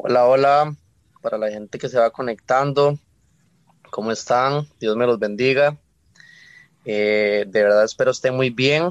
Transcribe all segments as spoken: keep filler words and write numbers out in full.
Hola, hola, para la gente que se va conectando, ¿cómo están? Dios me los bendiga. Eh, de verdad espero estén muy bien.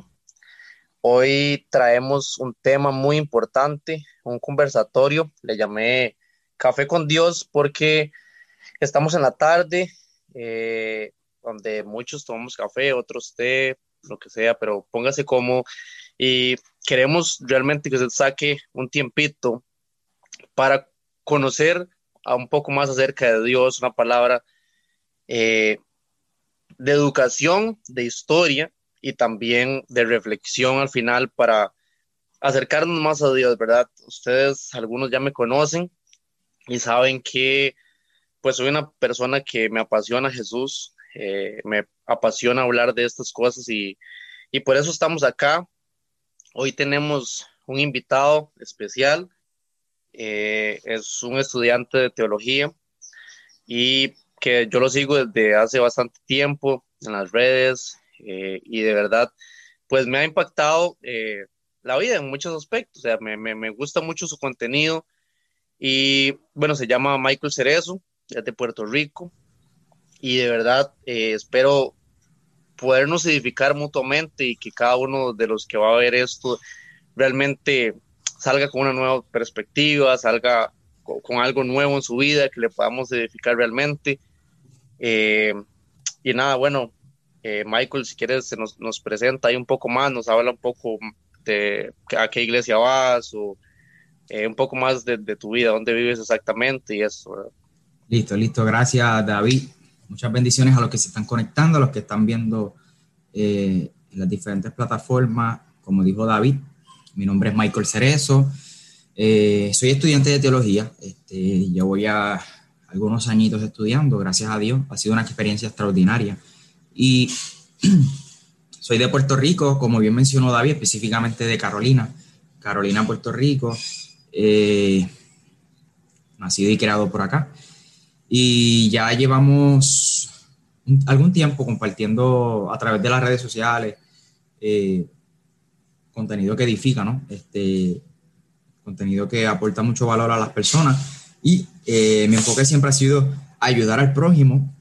Hoy traemos un tema muy importante, un conversatorio. Le llamé Café con Dios porque estamos en la tarde, eh, donde muchos tomamos café, otros té, lo que sea, pero póngase cómodo y queremos realmente que usted saque un tiempito para conocer a un poco más acerca de Dios, una palabra eh, de educación, de historia y también de reflexión al final para acercarnos más a Dios, ¿verdad? Ustedes, algunos ya me conocen y saben que pues soy una persona que me apasiona Jesús, eh, me apasiona hablar de estas cosas y, y por eso estamos acá. Hoy tenemos un invitado especial, eh, es un estudiante de teología y que yo lo sigo desde hace bastante tiempo en las redes, eh, y de verdad, pues me ha impactado eh, la vida en muchos aspectos, o sea, me, me, me gusta mucho su contenido y bueno, se llama Michael Cerezo, es de Puerto Rico y de verdad eh, espero podernos edificar mutuamente y que cada uno de los que va a ver esto realmente salga con una nueva perspectiva, salga con, con algo nuevo en su vida, que le podamos edificar realmente. Eh, y nada, bueno, eh, Michael, si quieres, se nos, nos presenta ahí un poco más, nos habla un poco de a qué iglesia vas o eh, un poco más de, de, tu vida, dónde vives exactamente y eso, ¿verdad? Listo, listo. Gracias, David. Muchas bendiciones a los que se están conectando, a los que están viendo eh, en las diferentes plataformas. Como dijo David, mi nombre es Michael Cerezo. Eh, soy estudiante de teología. Este, ya voy a algunos añitos estudiando, gracias a Dios. Ha sido una experiencia extraordinaria. Y soy de Puerto Rico, como bien mencionó David, específicamente de Carolina. Carolina, Puerto Rico. Eh, nacido y creado por acá. Y ya llevamos algún tiempo compartiendo a través de las redes sociales eh, contenido que edifica, ¿no? Este, contenido que aporta mucho valor a las personas. Y eh, mi enfoque siempre ha sido ayudar al prójimo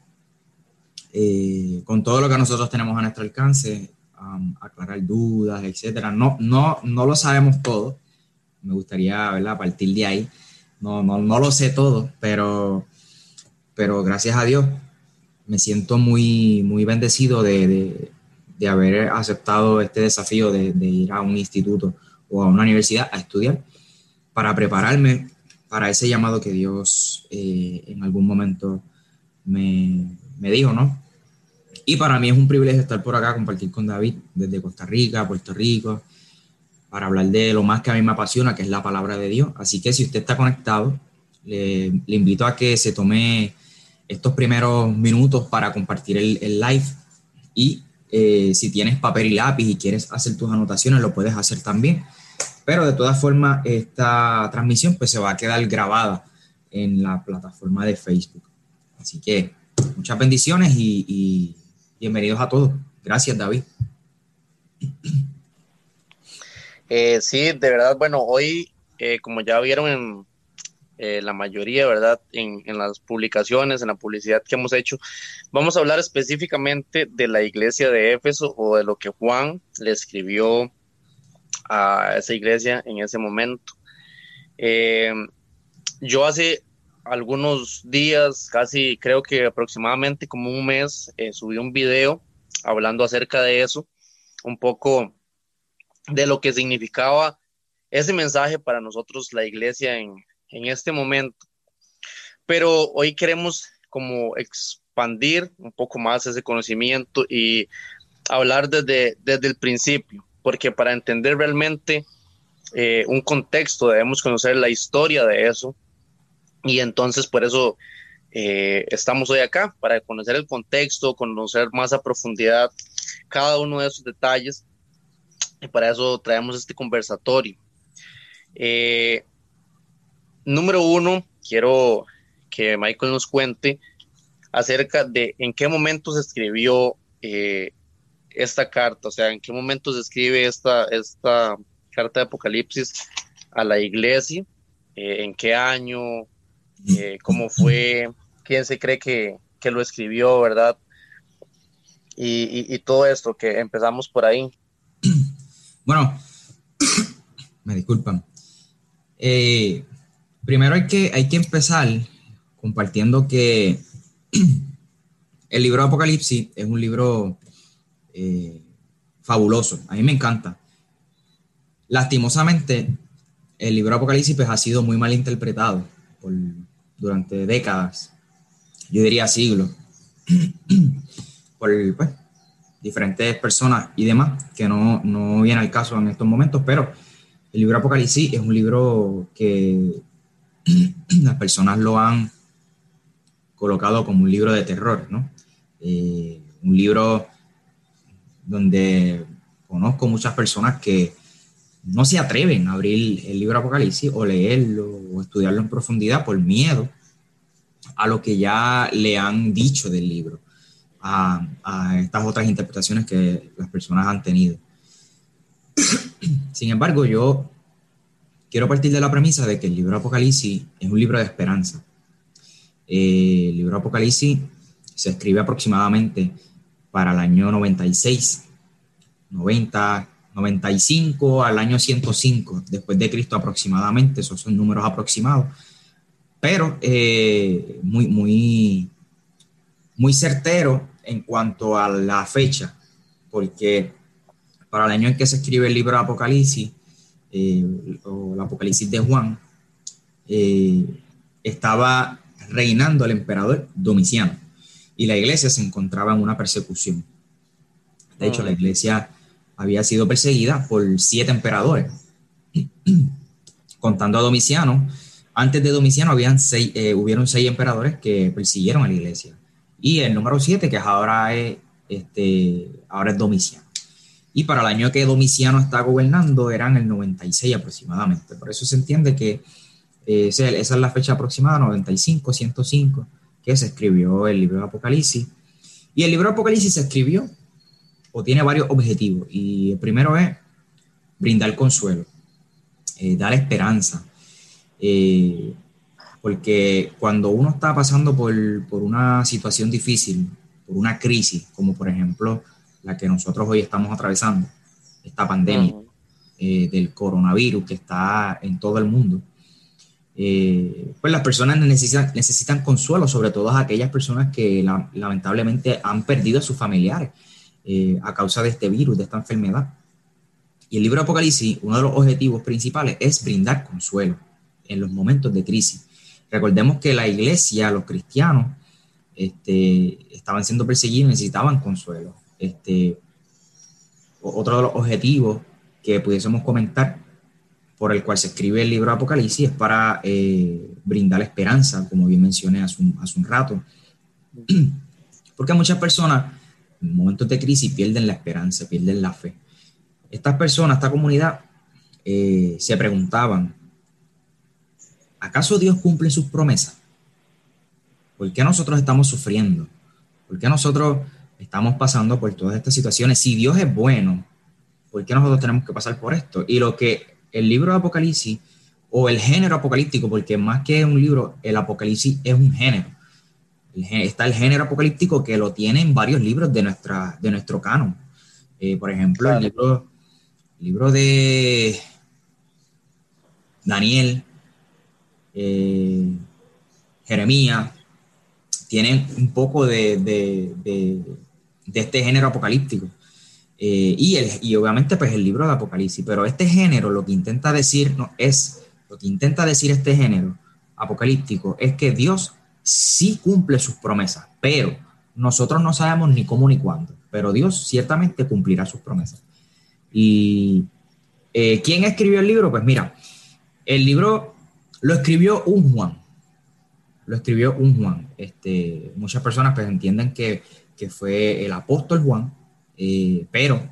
eh, con todo lo que nosotros tenemos a nuestro alcance, um, aclarar dudas, etcétera. No, no, no lo sabemos todo. Me gustaría, ¿verdad?, partir de ahí. No, no, no lo sé todo, pero, pero gracias a Dios me siento muy, muy bendecido de, de, de haber aceptado este desafío de, de, ir a un instituto o a una universidad a estudiar para prepararme para ese llamado que Dios eh, en algún momento me, me dijo, ¿no? Y para mí es un privilegio estar por acá, compartir con David desde Costa Rica, Puerto Rico, para hablar de lo más que a mí me apasiona, que es la palabra de Dios. Así que si usted está conectado, le, le invito a que se tome estos primeros minutos para compartir el, el live y eh, si tienes papel y lápiz y quieres hacer tus anotaciones, lo puedes hacer también. Pero de todas formas, esta transmisión pues se va a quedar grabada en la plataforma de Facebook. Así que muchas bendiciones y, y bienvenidos a todos. Gracias, David. Eh, sí, de verdad, bueno, hoy, eh, como ya vieron en eh, la mayoría, ¿verdad? En, en las publicaciones, en la publicidad que hemos hecho, vamos a hablar específicamente de la iglesia de Éfeso o de lo que Juan le escribió a esa iglesia en ese momento. Eh, yo hace algunos días, casi creo que aproximadamente como un mes, eh, subí un video hablando acerca de eso, un poco de lo que significaba ese mensaje para nosotros, la iglesia, en, en este momento. Pero hoy queremos como expandir un poco más ese conocimiento y hablar desde, desde el principio, porque para entender realmente eh, un contexto debemos conocer la historia de eso y entonces por eso eh, estamos hoy acá, para conocer el contexto, conocer más a profundidad cada uno de esos detalles y para eso traemos este conversatorio. Eh, Número uno, quiero que Michael nos cuente acerca de en qué momento se escribió eh, esta carta, o sea, en qué momento se escribe esta, esta carta de Apocalipsis a la iglesia. eh, en qué año, eh, cómo fue, quién se cree que, que lo escribió, ¿verdad? Y, y, y todo esto, que empezamos por ahí. Bueno, me disculpan. Eh, primero hay que, hay que empezar compartiendo que el libro de Apocalipsis es un libro eh, fabuloso. A mí me encanta. Lastimosamente, el libro de Apocalipsis pues, ha sido muy mal interpretado por, durante décadas, yo diría siglos, por pues, diferentes personas y demás, que no, no viene al caso en estos momentos, pero el libro de Apocalipsis es un libro que las personas lo han colocado como un libro de terror, ¿no? Eh, un libro donde conozco muchas personas que no se atreven a abrir el libro de Apocalipsis o leerlo o estudiarlo en profundidad por miedo a lo que ya le han dicho del libro, a, a estas otras interpretaciones que las personas han tenido. Sin embargo, yo quiero partir de la premisa de que el libro de Apocalipsis es un libro de esperanza. Eh, el libro de Apocalipsis se escribe aproximadamente para el año noventa y seis, noventa, noventa y cinco al año ciento cinco después de Cristo aproximadamente, esos son números aproximados, pero eh, muy, muy, muy certero en cuanto a la fecha, porque para el año en que se escribe el libro de Apocalipsis, eh, o el Apocalipsis de Juan, eh, estaba reinando el emperador Domiciano y la iglesia se encontraba en una persecución. De hecho, la iglesia había sido perseguida por siete emperadores, contando a Domiciano. Antes de Domiciano habían seis, eh, hubieron seis emperadores que persiguieron a la iglesia. Y el número siete, que ahora es, este, ahora es Domiciano. Y para el año que Domiciano está gobernando eran el noventa y seis aproximadamente. Por eso se entiende que eh, esa es la fecha aproximada, noventa y cinco, ciento cinco, que se escribió el libro de Apocalipsis. Y el libro de Apocalipsis se escribió o tiene varios objetivos. Y el primero es brindar consuelo, eh, dar esperanza. Eh, porque cuando uno está pasando por, por una situación difícil, por una crisis, como por ejemplo la que nosotros hoy estamos atravesando, esta pandemia uh-huh. eh, del coronavirus que está en todo el mundo, eh, pues las personas necesitan, necesitan consuelo, sobre todo aquellas personas que la, lamentablemente han perdido a sus familiares eh, a causa de este virus, de esta enfermedad. Y el libro de Apocalipsis, uno de los objetivos principales es brindar consuelo en los momentos de crisis. Recordemos que la iglesia, los cristianos, este, estaban siendo perseguidos y necesitaban consuelo. Este, otro de los objetivos que pudiésemos comentar por el cual se escribe el libro de Apocalipsis es para eh, brindar esperanza, como bien mencioné hace un, hace un rato. Porque muchas personas en momentos de crisis pierden la esperanza, pierden la fe. Estas personas, esta comunidad, eh, se preguntaban, ¿acaso Dios cumple sus promesas? ¿Por qué nosotros estamos sufriendo? ¿Por qué nosotros estamos pasando por todas estas situaciones? Si Dios es bueno, ¿por qué nosotros tenemos que pasar por esto? Y lo que el libro de Apocalipsis, o el género apocalíptico, porque más que un libro, el Apocalipsis es un género. Está el género apocalíptico que lo tienen varios libros de, nuestra, de nuestro canon. Eh, por ejemplo, claro. el, libro, el libro de Daniel, eh, Jeremías, tienen un poco de, de, de, de este género apocalíptico. Eh, y, el, y obviamente pues el libro de Apocalipsis, pero este género lo que intenta decir no, es, lo que intenta decir este género apocalíptico es que Dios sí cumple sus promesas, pero nosotros no sabemos ni cómo ni cuándo, pero Dios ciertamente cumplirá sus promesas. Y eh, ¿quién escribió el libro? Pues mira, el libro lo escribió un Juan, lo escribió un Juan. Este, muchas personas pues entienden que, que fue el apóstol Juan, eh, pero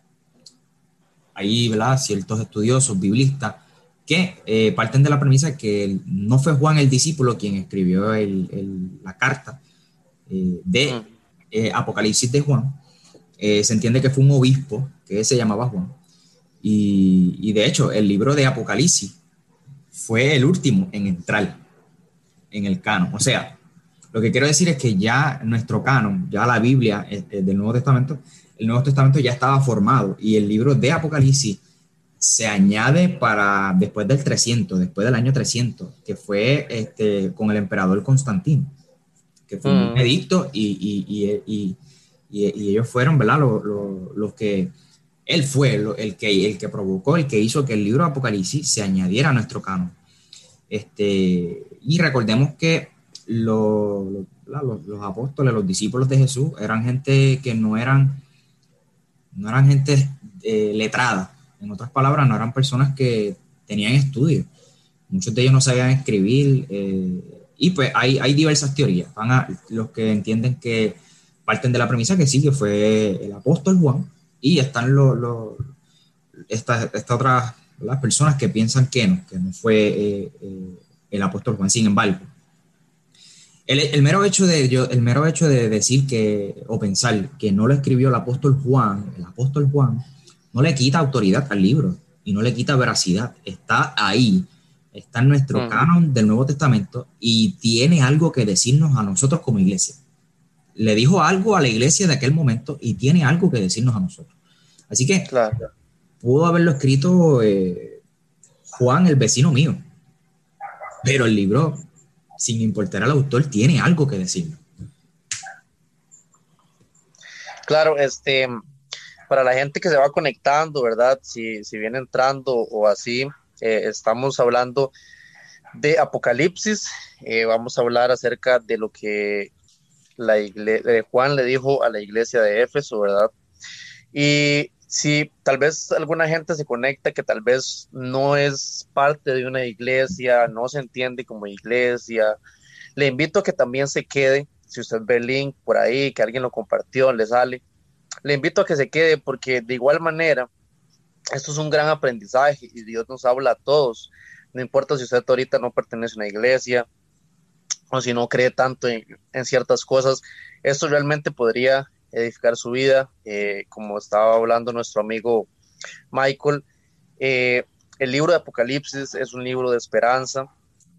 hay, ¿verdad?, ciertos estudiosos biblistas que eh, parten de la premisa que no fue Juan el discípulo quien escribió el, el, la carta eh, de eh, Apocalipsis de Juan. Eh, se entiende que fue un obispo que se llamaba Juan. Y, y de hecho, el libro de Apocalipsis fue el último en entrar en el canon. O sea, lo que quiero decir es que ya nuestro canon, ya la Biblia eh, del Nuevo Testamento, el Nuevo Testamento ya estaba formado y el libro de Apocalipsis se añade para después del trescientos, después del año trescientos, que fue este, con el emperador Constantino, que fue un Mm. edicto y, y, y, y, y, y ellos fueron, ¿verdad? Los, los, los que, él fue lo, el, que, el que provocó, el que hizo que el libro de Apocalipsis se añadiera a nuestro canon. Este, y recordemos que lo, lo, los, los apóstoles, los discípulos de Jesús, eran gente que no eran, no eran gente eh, letrada. En otras palabras, no eran personas que tenían estudios. Muchos de ellos no sabían escribir. Eh, y pues hay, hay diversas teorías. Van a, los que entienden que parten de la premisa que sí, que fue el apóstol Juan. Y están los, los, estas esta otras las personas que piensan que no, que no fue eh, eh, el apóstol Juan. Sin embargo, el, el, mero hecho de, yo, el mero hecho de decir que, o pensar que no lo escribió el apóstol Juan, el apóstol Juan, no le quita autoridad al libro y no le quita veracidad. Está ahí, está en nuestro uh-huh. canon del Nuevo Testamento y tiene algo que decirnos a nosotros como iglesia. Le dijo algo a la iglesia de aquel momento y tiene algo que decirnos a nosotros. Así que claro. pudo haberlo escrito eh, Juan, el vecino mío, pero el libro, sin importar al autor, tiene algo que decirnos. Claro, este, para la gente que se va conectando, ¿verdad? Si, si viene entrando o así, eh, estamos hablando de Apocalipsis, eh, vamos a hablar acerca de lo que la igle- eh, Juan le dijo a la iglesia de Éfeso, ¿verdad? Y si tal vez alguna gente se conecta que tal vez no es parte de una iglesia, no se entiende como iglesia, le invito a que también se quede, si usted ve el link por ahí, que alguien lo compartió, le sale, le invito a que se quede porque de igual manera, esto es un gran aprendizaje y Dios nos habla a todos, no importa si usted ahorita no pertenece a una iglesia o si no cree tanto en, en ciertas cosas, esto realmente podría edificar su vida, eh, como estaba hablando nuestro amigo Michael. Eh, el libro de Apocalipsis es un libro de esperanza,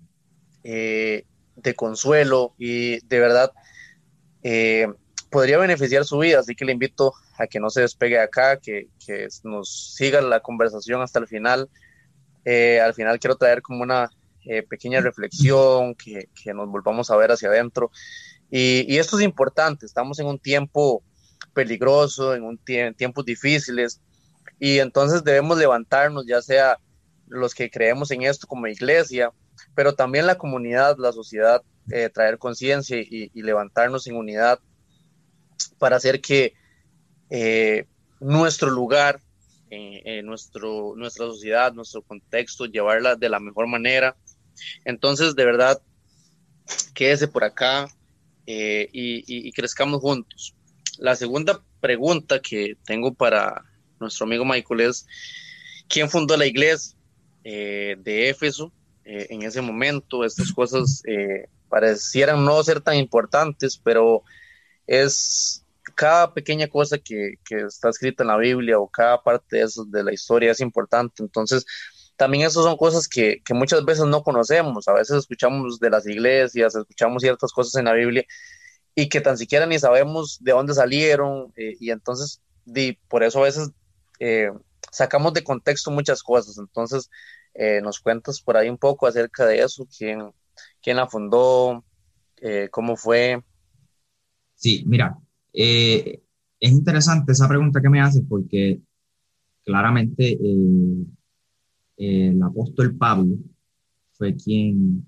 eh, de consuelo y de verdad eh, podría beneficiar su vida, así que le invito a que no se despegue de acá, que, que nos siga la conversación hasta el final. Eh, al final quiero traer como una eh, pequeña reflexión, que, que nos volvamos a ver hacia adentro. Y, y esto es importante, estamos en un tiempo peligroso, en, un tie- en tiempos difíciles, y entonces debemos levantarnos, ya sea los que creemos en esto como iglesia, pero también la comunidad, la sociedad, eh, traer conciencia y, y levantarnos en unidad para hacer que eh, nuestro lugar, eh, eh, nuestro, nuestra sociedad, nuestro contexto, llevarla de la mejor manera. Entonces, de verdad, quédese por acá eh, y, y, y crezcamos juntos. La segunda pregunta que tengo para nuestro amigo Michael es, ¿quién fundó la iglesia eh, de Éfeso eh, en ese momento? Estas cosas eh, parecieran no ser tan importantes, pero es cada pequeña cosa que, que está escrita en la Biblia o cada parte de eso de la historia es importante. Entonces, también esas son cosas que, que muchas veces no conocemos. A veces escuchamos de las iglesias, escuchamos ciertas cosas en la Biblia y que tan siquiera ni sabemos de dónde salieron, eh, y entonces di, por eso a veces eh, sacamos de contexto muchas cosas. Entonces, eh, nos cuentas por ahí un poco acerca de eso, quién, quién la fundó, eh, cómo fue. Sí, mira, eh, es interesante esa pregunta que me haces porque claramente eh, eh, el apóstol Pablo fue quien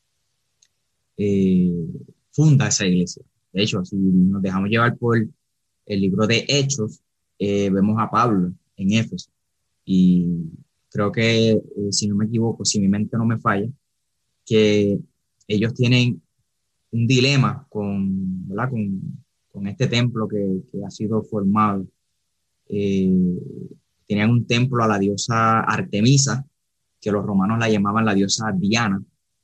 eh, funda esa iglesia. De hecho, si nos dejamos llevar por el libro de Hechos, eh, vemos a Pablo en Éfeso. Y creo que, eh, si no me equivoco, si mi mente no me falla, que ellos tienen un dilema con, ¿verdad? con, con este templo que, que ha sido formado. Eh, tenían un templo a la diosa Artemisa, que los romanos la llamaban la diosa Diana.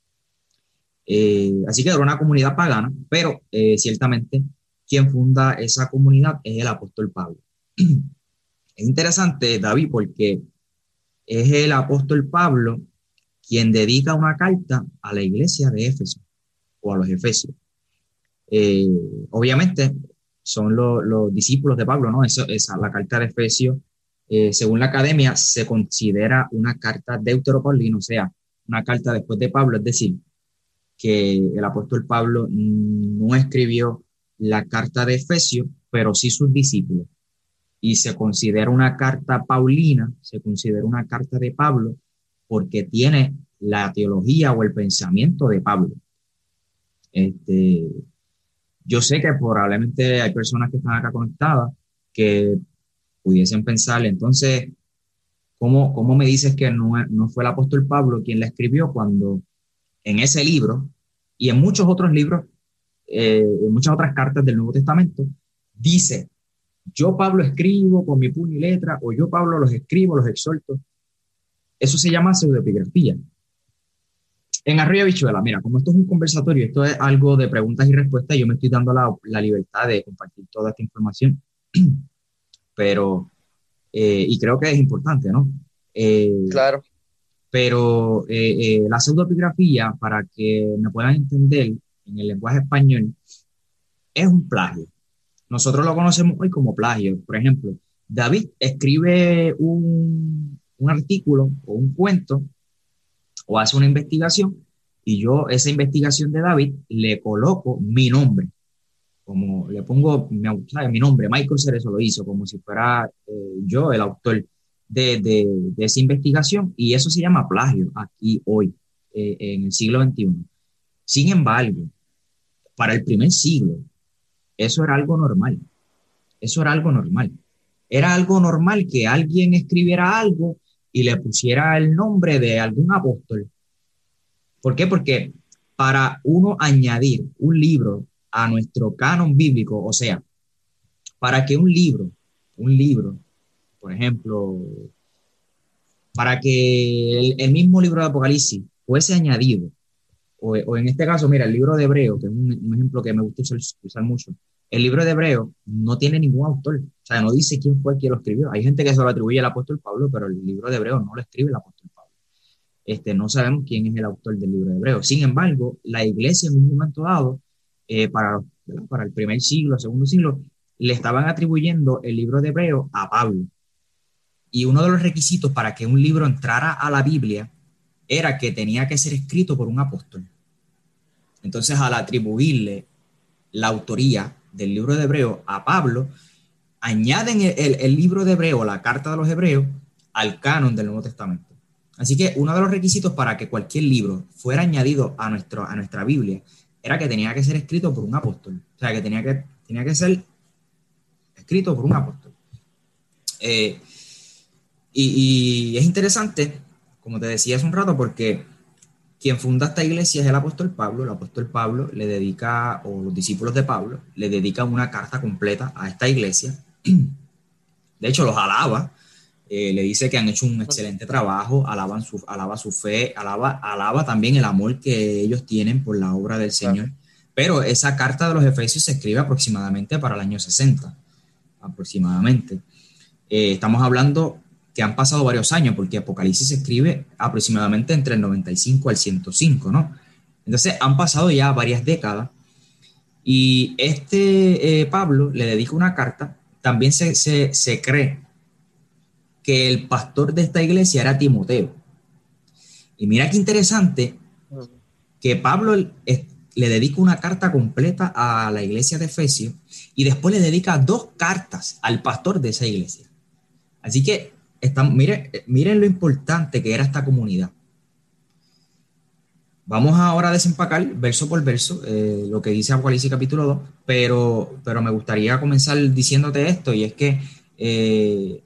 Eh, así que era una comunidad pagana, pero eh, ciertamente quien funda esa comunidad es el apóstol Pablo. Es interesante, David, porque es el apóstol Pablo quien dedica una carta a la iglesia de Éfeso o a los Efesios. Eh, obviamente son lo, los discípulos de Pablo, ¿no? Eso, esa, la carta de Efesios, eh, según la academia, se considera una carta deuteropaulina, o sea, una carta después de Pablo, es decir, que el apóstol Pablo no escribió la carta de Efesios, pero sí sus discípulos. Y se considera una carta paulina, se considera una carta de Pablo, porque tiene la teología o el pensamiento de Pablo. Este, yo sé que probablemente hay personas que están acá conectadas que pudiesen pensar, entonces, ¿cómo, cómo me dices que no, no fue el apóstol Pablo quien la escribió cuando en ese libro y en muchos otros libros, eh, en muchas otras cartas del Nuevo Testamento, dice, yo Pablo escribo con mi puño y letra, o yo Pablo los escribo, los exhorto? Eso se llama pseudoepigrafía. En Arriba Bichuela, mira, como esto es un conversatorio, esto es algo de preguntas y respuestas, yo me estoy dando la, la libertad de compartir toda esta información, pero, eh, y creo que es importante, ¿no? Eh, Claro. pero eh, eh, la pseudoepigrafía, para que me puedan entender en el lenguaje español, es un plagio. Nosotros lo conocemos hoy como plagio. Por ejemplo, David escribe un, un artículo o un cuento o hace una investigación y yo esa investigación de David le coloco mi nombre, como le pongo mi, ¿sabes? Mi nombre, Michael Cerezo lo hizo, como si fuera eh, yo el autor de, de, de, esa investigación, y eso se llama plagio aquí hoy, eh, en el siglo veintiuno. Sin embargo, para el primer siglo, eso era algo normal. Eso era algo normal. Era algo normal que alguien escribiera algo y le pusiera el nombre de algún apóstol. ¿Por qué? Porque para uno añadir un libro a nuestro canon bíblico, o sea, para que un libro, un libro, por ejemplo, para que el, el mismo libro de Apocalipsis fuese añadido, o, o en este caso, mira, el libro de Hebreo, que es un, un ejemplo que me gusta usar, usar mucho, el libro de Hebreo no tiene ningún autor, o sea, no dice quién fue quien lo escribió. Hay gente que se lo atribuye al apóstol Pablo, pero el libro de Hebreo no lo escribe el apóstol Pablo. Este, no sabemos quién es el autor del libro de Hebreo. Sin embargo, la iglesia en un momento dado, eh, para, para el primer siglo, segundo siglo, le estaban atribuyendo el libro de Hebreo a Pablo. Y uno de los requisitos para que un libro entrara a la Biblia era que tenía que ser escrito por un apóstol. Entonces, al atribuirle la autoría del libro de Hebreo a Pablo, añaden el, el, el libro de Hebreo, la carta de los Hebreos, al canon del Nuevo Testamento. Así que uno de los requisitos para que cualquier libro fuera añadido a, nuestro, a nuestra Biblia era que tenía que ser escrito por un apóstol. O sea, que tenía que, tenía que ser escrito por un apóstol. Eh, y, y es interesante, como te decía hace un rato, porque quien funda esta iglesia es el apóstol Pablo. El apóstol Pablo le dedica, o los discípulos de Pablo, le dedican una carta completa a esta iglesia. De hecho, los alaba. Eh, le dice que han hecho un excelente trabajo, alaban su, alaba su fe, alaba, alaba también el amor que ellos tienen por la obra del Señor. Pero esa carta de los Efesios se escribe aproximadamente para el año sesenta, aproximadamente. Eh, estamos hablando que han pasado varios años, porque Apocalipsis se escribe aproximadamente entre el noventa y cinco al ciento cinco, ¿no? Entonces han pasado ya varias décadas y este eh, Pablo le dedica una carta. También se, se, se cree que el pastor de esta iglesia era Timoteo. Y mira qué interesante que Pablo le dedica una carta completa a la iglesia de Efesios y después le dedica dos cartas al pastor de esa iglesia. Así que están, miren, miren lo importante que era esta comunidad. Vamos ahora a desempacar verso por verso eh, lo que dice Apocalipsis capítulo dos, pero, pero me gustaría comenzar diciéndote esto, y es que eh,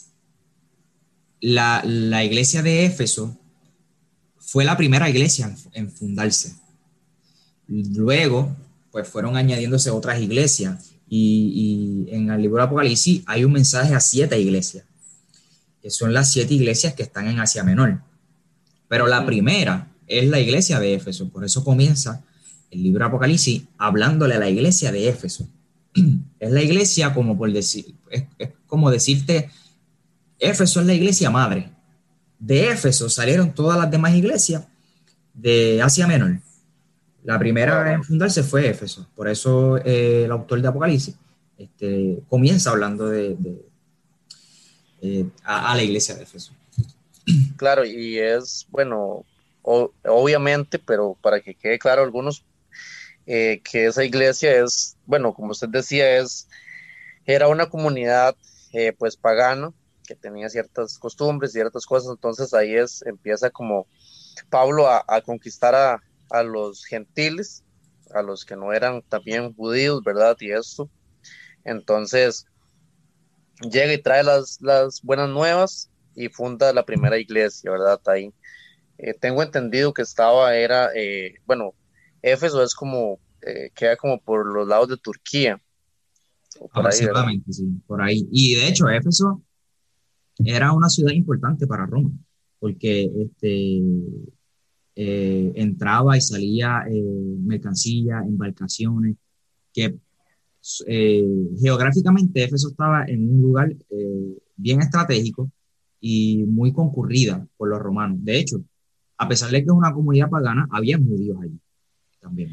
La, la iglesia de Éfeso fue la primera iglesia en, en fundarse. Luego, pues fueron añadiéndose otras iglesias y, y en el libro de Apocalipsis hay un mensaje a siete iglesias, que son las siete iglesias que están en Asia Menor. Pero la primera es la iglesia de Éfeso. Por eso comienza el libro de Apocalipsis hablándole a la iglesia de Éfeso. Es la iglesia como por decir, es, es como decirte, Éfeso es la iglesia madre. de Éfeso salieron todas las demás iglesias de Asia Menor. La primera en fundarse fue Éfeso. Por eso eh, el autor de Apocalipsis este, comienza hablando de, de eh, a, a la iglesia de Éfeso. Claro, y es, bueno, o- obviamente, pero para que quede claro a algunos, eh, que esa iglesia es, bueno, como usted decía, es, era una comunidad eh, pues pagana, que tenía ciertas costumbres, ciertas cosas, entonces ahí es, empieza como Pablo a, a conquistar a, a los gentiles, a los que no eran también judíos, ¿verdad? Y esto, entonces llega y trae las, las buenas nuevas y funda la primera iglesia, ¿verdad? Ahí. Eh, tengo entendido que estaba, era, eh, bueno, Éfeso es como, eh, queda como por los lados de Turquía, o por ahí, ¿verdad? Aproximadamente, sí, por ahí. Y de hecho, Éfeso era una ciudad importante para Roma, porque este, eh, entraba y salía eh, mercancía, embarcaciones, que eh, geográficamente Éfeso estaba en un lugar eh, bien estratégico y muy concurrida por los romanos. De hecho, a pesar de que es una comunidad pagana, había judíos allí también.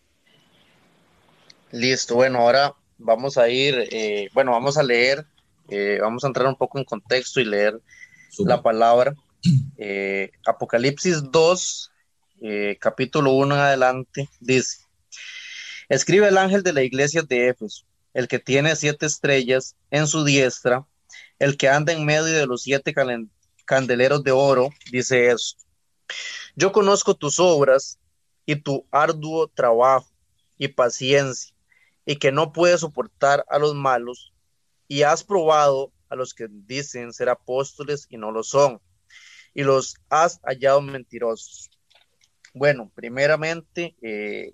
Listo, bueno, ahora vamos a ir, eh, bueno, vamos a leer, eh, vamos a entrar un poco en contexto y leer la Súper. palabra. Eh, Apocalipsis dos, eh, capítulo uno en adelante, dice, escribe el ángel de la iglesia de Éfeso, el que tiene siete estrellas en su diestra, el que anda en medio de los siete calen- candeleros de oro, dice esto. Yo conozco tus obras y tu arduo trabajo y paciencia, y que no puedes soportar a los malos, y has probado a los que dicen ser apóstoles y no lo son, y los has hallado mentirosos. Bueno, primeramente, eh,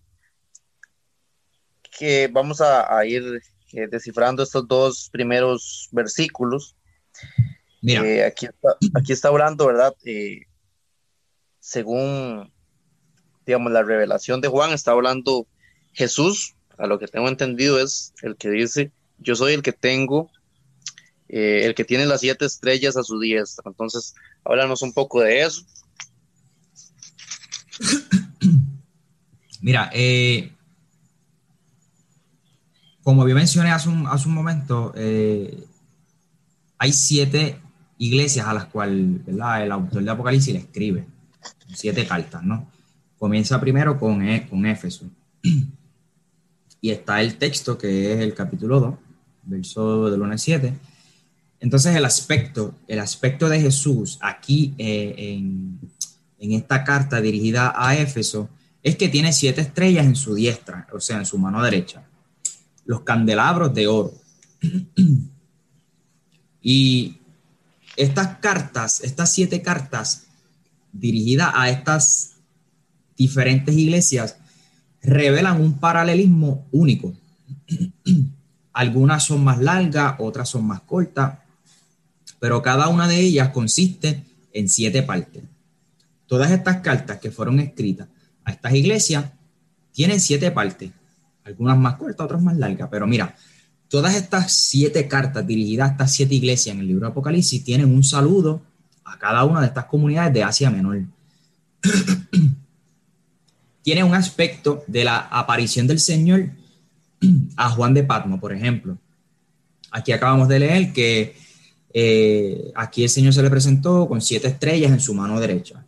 que vamos a, a ir eh, descifrando estos dos primeros versículos. Mira, Eh, aquí, está, aquí está hablando, ¿verdad? Eh, según, digamos, la revelación de Juan, está hablando Jesús, a lo que tengo entendido es el que dice, yo soy el que tengo, eh, el que tiene las siete estrellas a su diestra. Entonces, háblanos un poco de eso. mira, eh, como bien mencioné hace un, hace un momento, eh, hay siete iglesias a las cuales, ¿verdad?, el autor de Apocalipsis le escribe, siete cartas, ¿no? Comienza primero con, e, con Éfeso. Y está el texto, que es el capítulo dos, verso del uno al siete. Entonces el aspecto, el aspecto de Jesús aquí eh, en, en esta carta dirigida a Éfeso es que tiene siete estrellas en su diestra, o sea, en su mano derecha, los candelabros de oro. Y estas cartas, estas siete cartas dirigidas a estas diferentes iglesias, revelan un paralelismo único. Algunas son más largas, otras son más cortas, pero cada una de ellas consiste en siete partes. Todas estas cartas que fueron escritas a estas iglesias tienen siete partes, algunas más cortas, otras más largas, pero mira, todas estas siete cartas dirigidas a estas siete iglesias en el libro de Apocalipsis tienen un saludo a cada una de estas comunidades de Asia Menor. Tiene un aspecto de la aparición del Señor a Juan de Patmos, por ejemplo. Aquí acabamos de leer que eh, aquí el Señor se le presentó con siete estrellas en su mano derecha.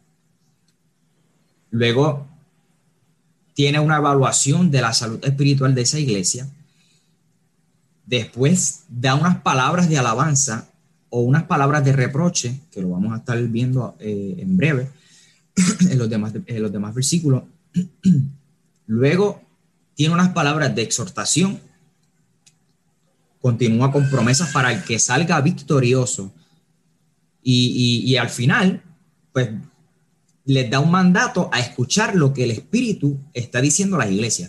Luego tiene una evaluación de la salud espiritual de esa iglesia. Después da unas palabras de alabanza o unas palabras de reproche, que lo vamos a estar viendo eh, en breve en los demás, en los demás versículos. Luego tiene unas palabras de exhortación. Continúa con promesas para el que salga victorioso. Y, y, y al final, pues les da un mandato a escuchar lo que el Espíritu está diciendo a las iglesias.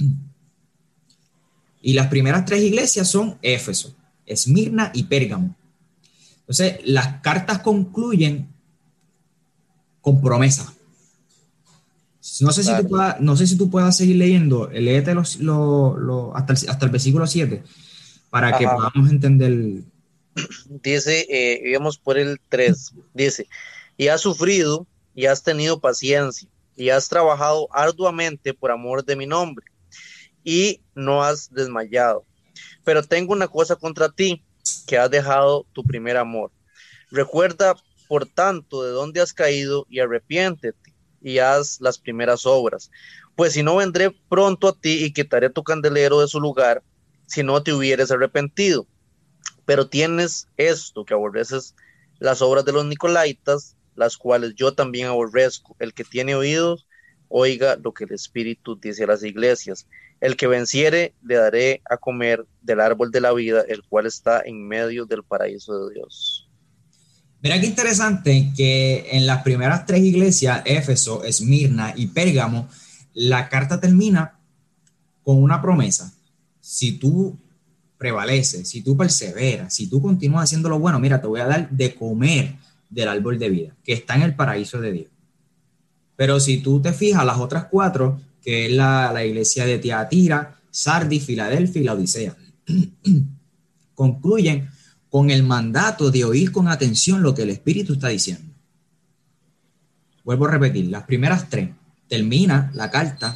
Y las primeras tres iglesias son Éfeso, Esmirna y Pérgamo. Entonces, las cartas concluyen con promesa. No sé si tú Claro. puedas, no sé si tú puedas seguir leyendo, léete los, los, los, hasta, el, hasta el versículo siete para que Ajá. podamos entender. Dice, eh, íbamos por el tres. Dice, y has sufrido y has tenido paciencia y has trabajado arduamente por amor de mi nombre y no has desmayado. Pero tengo una cosa contra ti, que has dejado tu primer amor. Recuerda, por tanto, de dónde has caído y arrepiéntete y haz las primeras obras. Pues si no, vendré pronto a ti y quitaré tu candelero de su lugar si no te hubieres arrepentido. Pero tienes esto, que aborreces las obras de los nicolaitas, las cuales yo también aborrezco. El que tiene oídos, oiga lo que el Espíritu dice a las iglesias. El que venciere, le daré a comer del árbol de la vida, el cual está en medio del paraíso de Dios. Mira qué interesante que en las primeras tres iglesias, Éfeso, Esmirna y Pérgamo, la carta termina con una promesa. Si tú prevaleces, si tú perseveras, si tú continúas haciendo lo bueno, mira, te voy a dar de comer del árbol de vida, que está en el paraíso de Dios. Pero si tú te fijas, las otras cuatro, que es la, la iglesia de Tiatira, Sardis, Filadelfia y la Odisea, concluyen con el mandato de oír con atención lo que el Espíritu está diciendo. Vuelvo a repetir, las primeras tres, termina la carta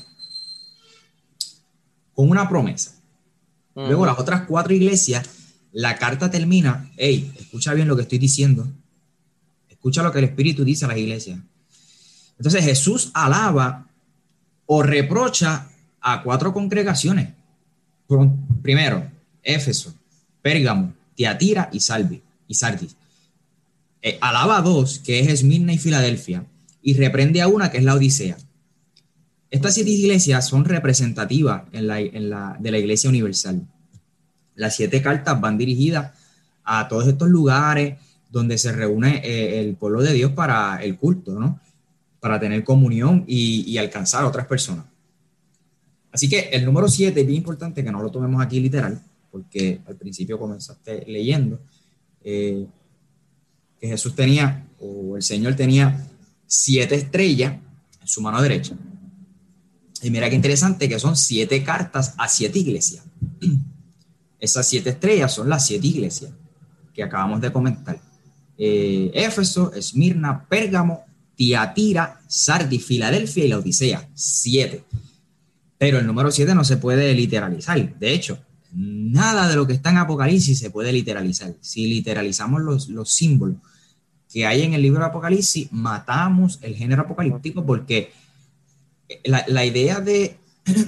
con una promesa. Uh-huh. Luego las otras cuatro iglesias, la carta termina, hey, escucha bien lo que estoy diciendo, escucha lo que el Espíritu dice a las iglesias. Entonces Jesús alaba o reprocha a cuatro congregaciones. Primero, Éfeso, Pérgamo, Tiatira y Salvi, y Sardis. Eh, alaba a dos, que es Esmirna y Filadelfia, y reprende a una, que es la Odisea. Estas siete iglesias son representativas en la, en la, de la Iglesia Universal. Las siete cartas van dirigidas a todos estos lugares donde se reúne eh, el pueblo de Dios para el culto, ¿no? Para tener comunión y, y alcanzar a otras personas. Así que el número siete es bien importante que no lo tomemos aquí literal, porque al principio comenzaste leyendo eh, que Jesús tenía, o el Señor tenía siete estrellas en su mano derecha. Y mira qué interesante que son siete cartas a siete iglesias. Esas siete estrellas son las siete iglesias que acabamos de comentar. Eh, Éfeso, Esmirna, Pérgamo, Tiatira, Sardis, Filadelfia y la Odisea. Siete. Pero el número siete no se puede literalizar. De hecho, nada de lo que está en Apocalipsis se puede literalizar. Si literalizamos los, los símbolos que hay en el libro de Apocalipsis, matamos el género apocalíptico, porque la, la idea de,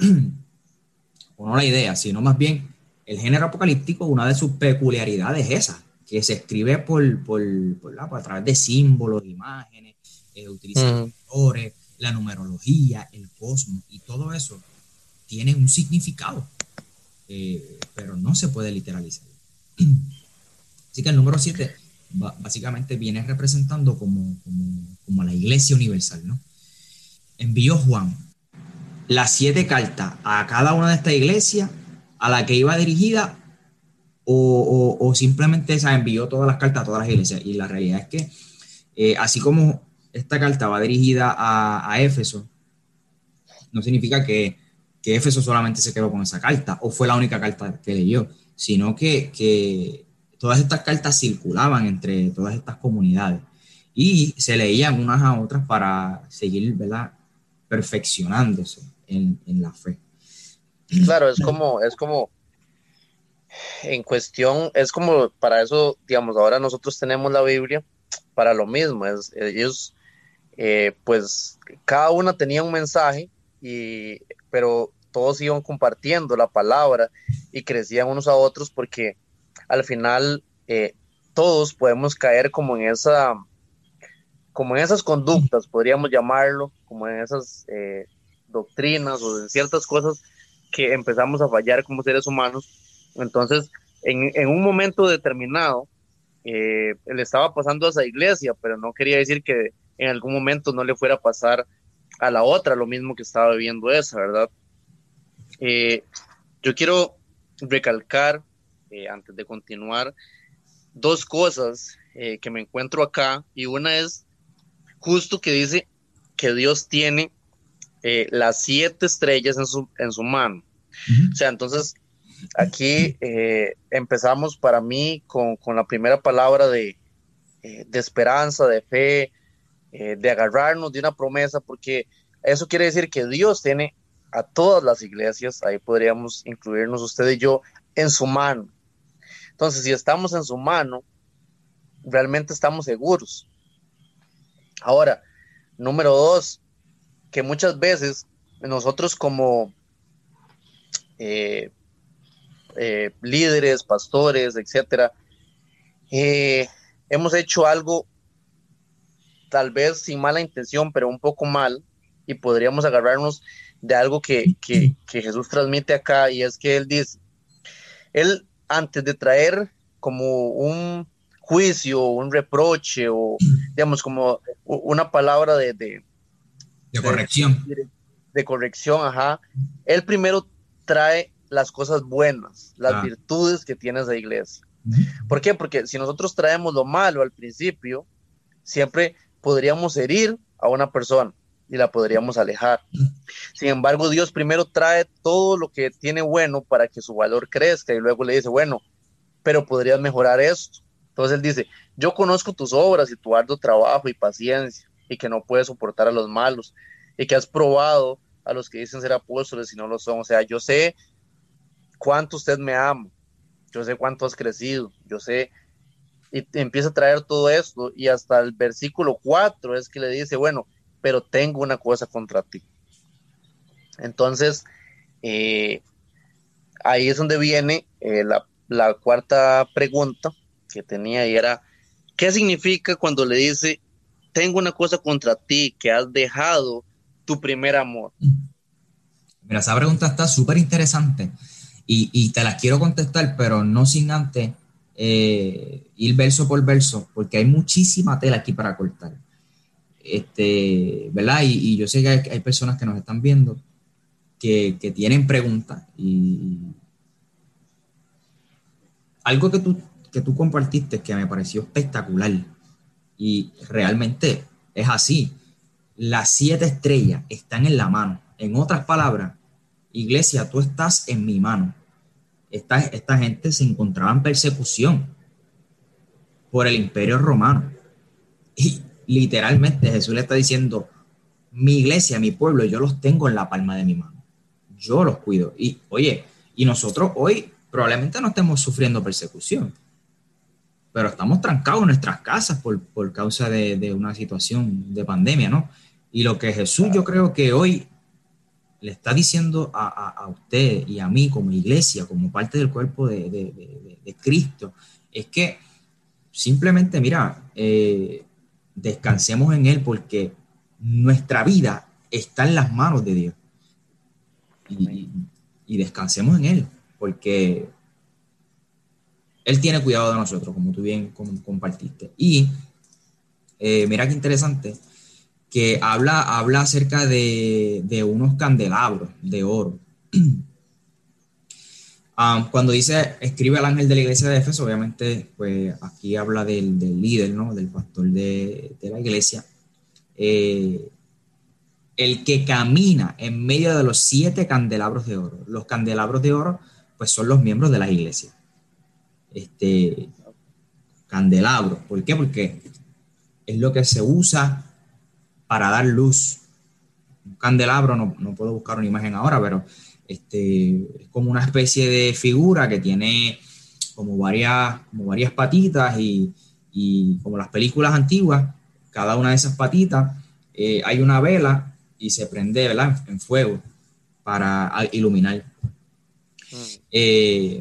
o no la idea, sino más bien el género apocalíptico, una de sus peculiaridades es esa, que se escribe por, por, por, la, por a través de símbolos, imágenes, eh, utilizando uh-huh. colores, la numerología, el cosmos, y todo eso tiene un significado, eh, pero no se puede literalizar. Así que el número siete básicamente viene representando como, como, como la Iglesia Universal, ¿no? Envió Juan las siete cartas a cada una de estas iglesias a la que iba dirigida, o, o, o simplemente o sea, envió todas las cartas a todas las iglesias. Y la realidad es que eh, así como esta carta va dirigida a, a Éfeso, no significa que, que Éfeso solamente se quedó con esa carta o fue la única carta que leyó, sino que, que todas estas cartas circulaban entre todas estas comunidades y se leían unas a otras para seguir, ¿verdad?, perfeccionándose en, en la fe. Claro, es como, es como, en cuestión, es como, para eso, digamos, ahora nosotros tenemos la Biblia para lo mismo. Es, ellos, eh, pues, cada una tenía un mensaje, y, pero todos iban compartiendo la palabra y crecían unos a otros, porque al final eh, todos podemos caer como en esa, como en esas conductas, podríamos llamarlo, como en esas eh, doctrinas o en ciertas cosas que empezamos a fallar como seres humanos. Entonces, en, en un momento determinado, eh, le estaba pasando a esa iglesia, pero no quería decir que en algún momento no le fuera a pasar a la otra lo mismo que estaba viviendo esa, ¿verdad? Eh, yo quiero recalcar, eh, antes de continuar, dos cosas eh, que me encuentro acá, y una es justo que dice que Dios tiene eh, las siete estrellas en su, en su mano. Uh-huh. O sea, entonces aquí eh, empezamos para mí con, con la primera palabra de, eh, de esperanza, de fe, eh, de agarrarnos de una promesa, porque eso quiere decir que Dios tiene a todas las iglesias, ahí podríamos incluirnos usted y yo, en su mano. Entonces, si estamos en su mano, realmente estamos seguros. Ahora, número dos, que muchas veces nosotros como eh, eh, líderes, pastores, etcétera, eh, hemos hecho algo tal vez sin mala intención, pero un poco mal, y podríamos agarrarnos de algo que, que, que Jesús transmite acá, y es que Él dice, Él antes de traer como un juicio, un reproche, o digamos como una palabra de, de, De de, corrección. de corrección, ajá, Él primero trae las cosas buenas, las Ah, virtudes que tiene esa iglesia. ujú. ¿Por qué? Porque si nosotros traemos lo malo al principio, siempre podríamos herir a una persona y la podríamos alejar. Sin embargo, Dios primero trae todo lo que tiene bueno para que su valor crezca y luego le dice, bueno, pero podrías mejorar esto. Entonces él dice, yo conozco tus obras y tu arduo trabajo y paciencia y que no puedes soportar a los malos y que has probado a los que dicen ser apóstoles y no lo son. O sea, yo sé cuánto usted me ama, yo sé cuánto has crecido, yo sé, y empieza a traer todo esto y hasta el versículo cuatro es que le dice, bueno, pero tengo una cosa contra ti. Entonces, eh, ahí es donde viene eh, la, la cuarta pregunta que tenía y era, ¿qué significa cuando le dice, tengo una cosa contra ti, que has dejado tu primer amor? Mira, esa pregunta está súper interesante y, y te la quiero contestar, pero no sin antes eh, ir verso por verso, porque hay muchísima tela aquí para cortar. Este, ¿verdad? Y, y yo sé que hay, hay personas que nos están viendo que, que tienen preguntas y algo que tú, que tú compartiste que me pareció espectacular y realmente es así. Las siete estrellas están en la mano. En otras palabras, iglesia, tú estás en mi mano. Esta, esta gente se encontraba en persecución por el imperio romano. Y literalmente Jesús le está diciendo, mi iglesia, mi pueblo, yo los tengo en la palma de mi mano. Yo los cuido. Y oye, y nosotros hoy probablemente no estemos sufriendo persecución, pero estamos trancados en nuestras casas por, por causa de, de una situación de pandemia, ¿no? Y lo que Jesús yo creo que hoy le está diciendo a, a, a usted y a mí como iglesia, como parte del cuerpo de, de, de, de Cristo, es que simplemente, mira, eh, descansemos en Él porque nuestra vida está en las manos de Dios y, y, y descansemos en Él porque Él tiene cuidado de nosotros, como tú bien compartiste. Y eh, mira qué interesante, que habla, habla acerca de, de unos candelabros de oro. Um, cuando dice, escribe al ángel de la iglesia de Éfeso, obviamente, pues aquí habla del, del líder, ¿no? Del pastor de, de la iglesia. Eh, el que camina en medio de los siete candelabros de oro. Los candelabros de oro, pues son los miembros de las iglesias. Este, candelabros. ¿Por qué? Porque es lo que se usa para dar luz. Un candelabro, no, no puedo buscar una imagen ahora, pero este, es como una especie de figura que tiene como varias, como varias patitas y, y como las películas antiguas, cada una de esas patitas eh, hay una vela y se prende, ¿verdad?, en fuego para iluminar. Mm. Eh,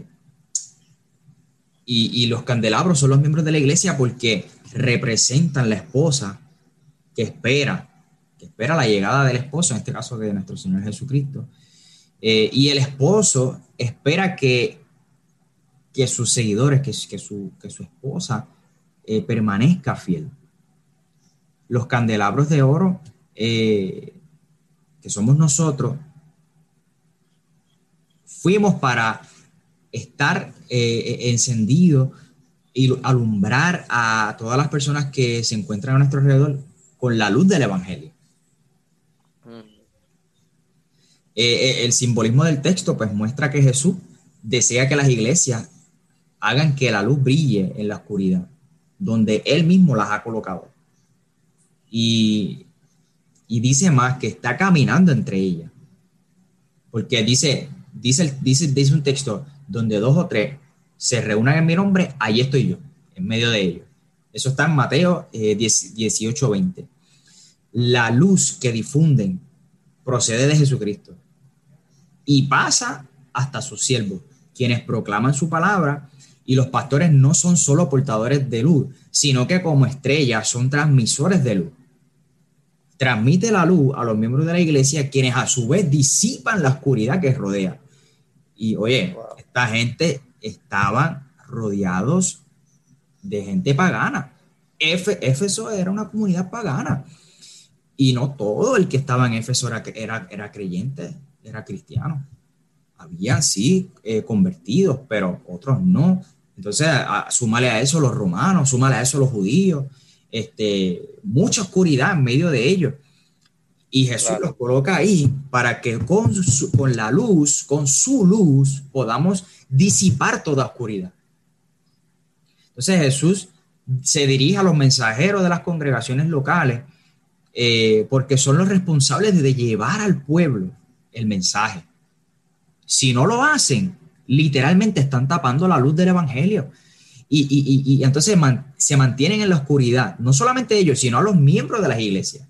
y, y los candelabros son los miembros de la iglesia porque representan la esposa que espera, que espera la llegada del esposo, en este caso de nuestro Señor Jesucristo. Eh, y el esposo espera que, que sus seguidores, que, que, su, que su esposa eh, permanezca fiel. Los candelabros de oro, eh, que somos nosotros, fuimos para estar eh, encendidos y alumbrar a todas las personas que se encuentran a nuestro alrededor con la luz del Evangelio. Mm. Eh, el simbolismo del texto pues muestra que Jesús desea que las iglesias hagan que la luz brille en la oscuridad, donde Él mismo las ha colocado. Y, y dice más que está caminando entre ellas. Porque dice, dice, dice, dice un texto donde dos o tres se reúnan en mi nombre, ahí estoy yo, en medio de ellos. Eso está en Mateo eh, dieciocho veinte. La luz que difunden procede de Jesucristo y pasa hasta sus siervos, quienes proclaman su palabra, y los pastores no son solo portadores de luz, sino que como estrellas son transmisores de luz. Transmite la luz a los miembros de la iglesia, quienes a su vez disipan la oscuridad que rodea. Y oye, Wow. esta gente estaban rodeados de gente pagana. Éfeso era una comunidad pagana. Y no todo el que estaba en Éfeso era, era, era creyente, era cristiano. Había, sí, eh, convertidos, pero otros no. Entonces, a, súmale a eso los romanos, súmale a eso los judíos. Este, mucha oscuridad en medio de ellos. Y Jesús Claro. los coloca ahí para que con, su, con la luz, con su luz, podamos disipar toda oscuridad. Entonces Jesús se dirige a los mensajeros de las congregaciones locales eh, porque son los responsables de llevar al pueblo el mensaje. Si no lo hacen, literalmente están tapando la luz del evangelio. Y, y, y, y entonces man, se mantienen en la oscuridad, no solamente ellos, sino a los miembros de las iglesias.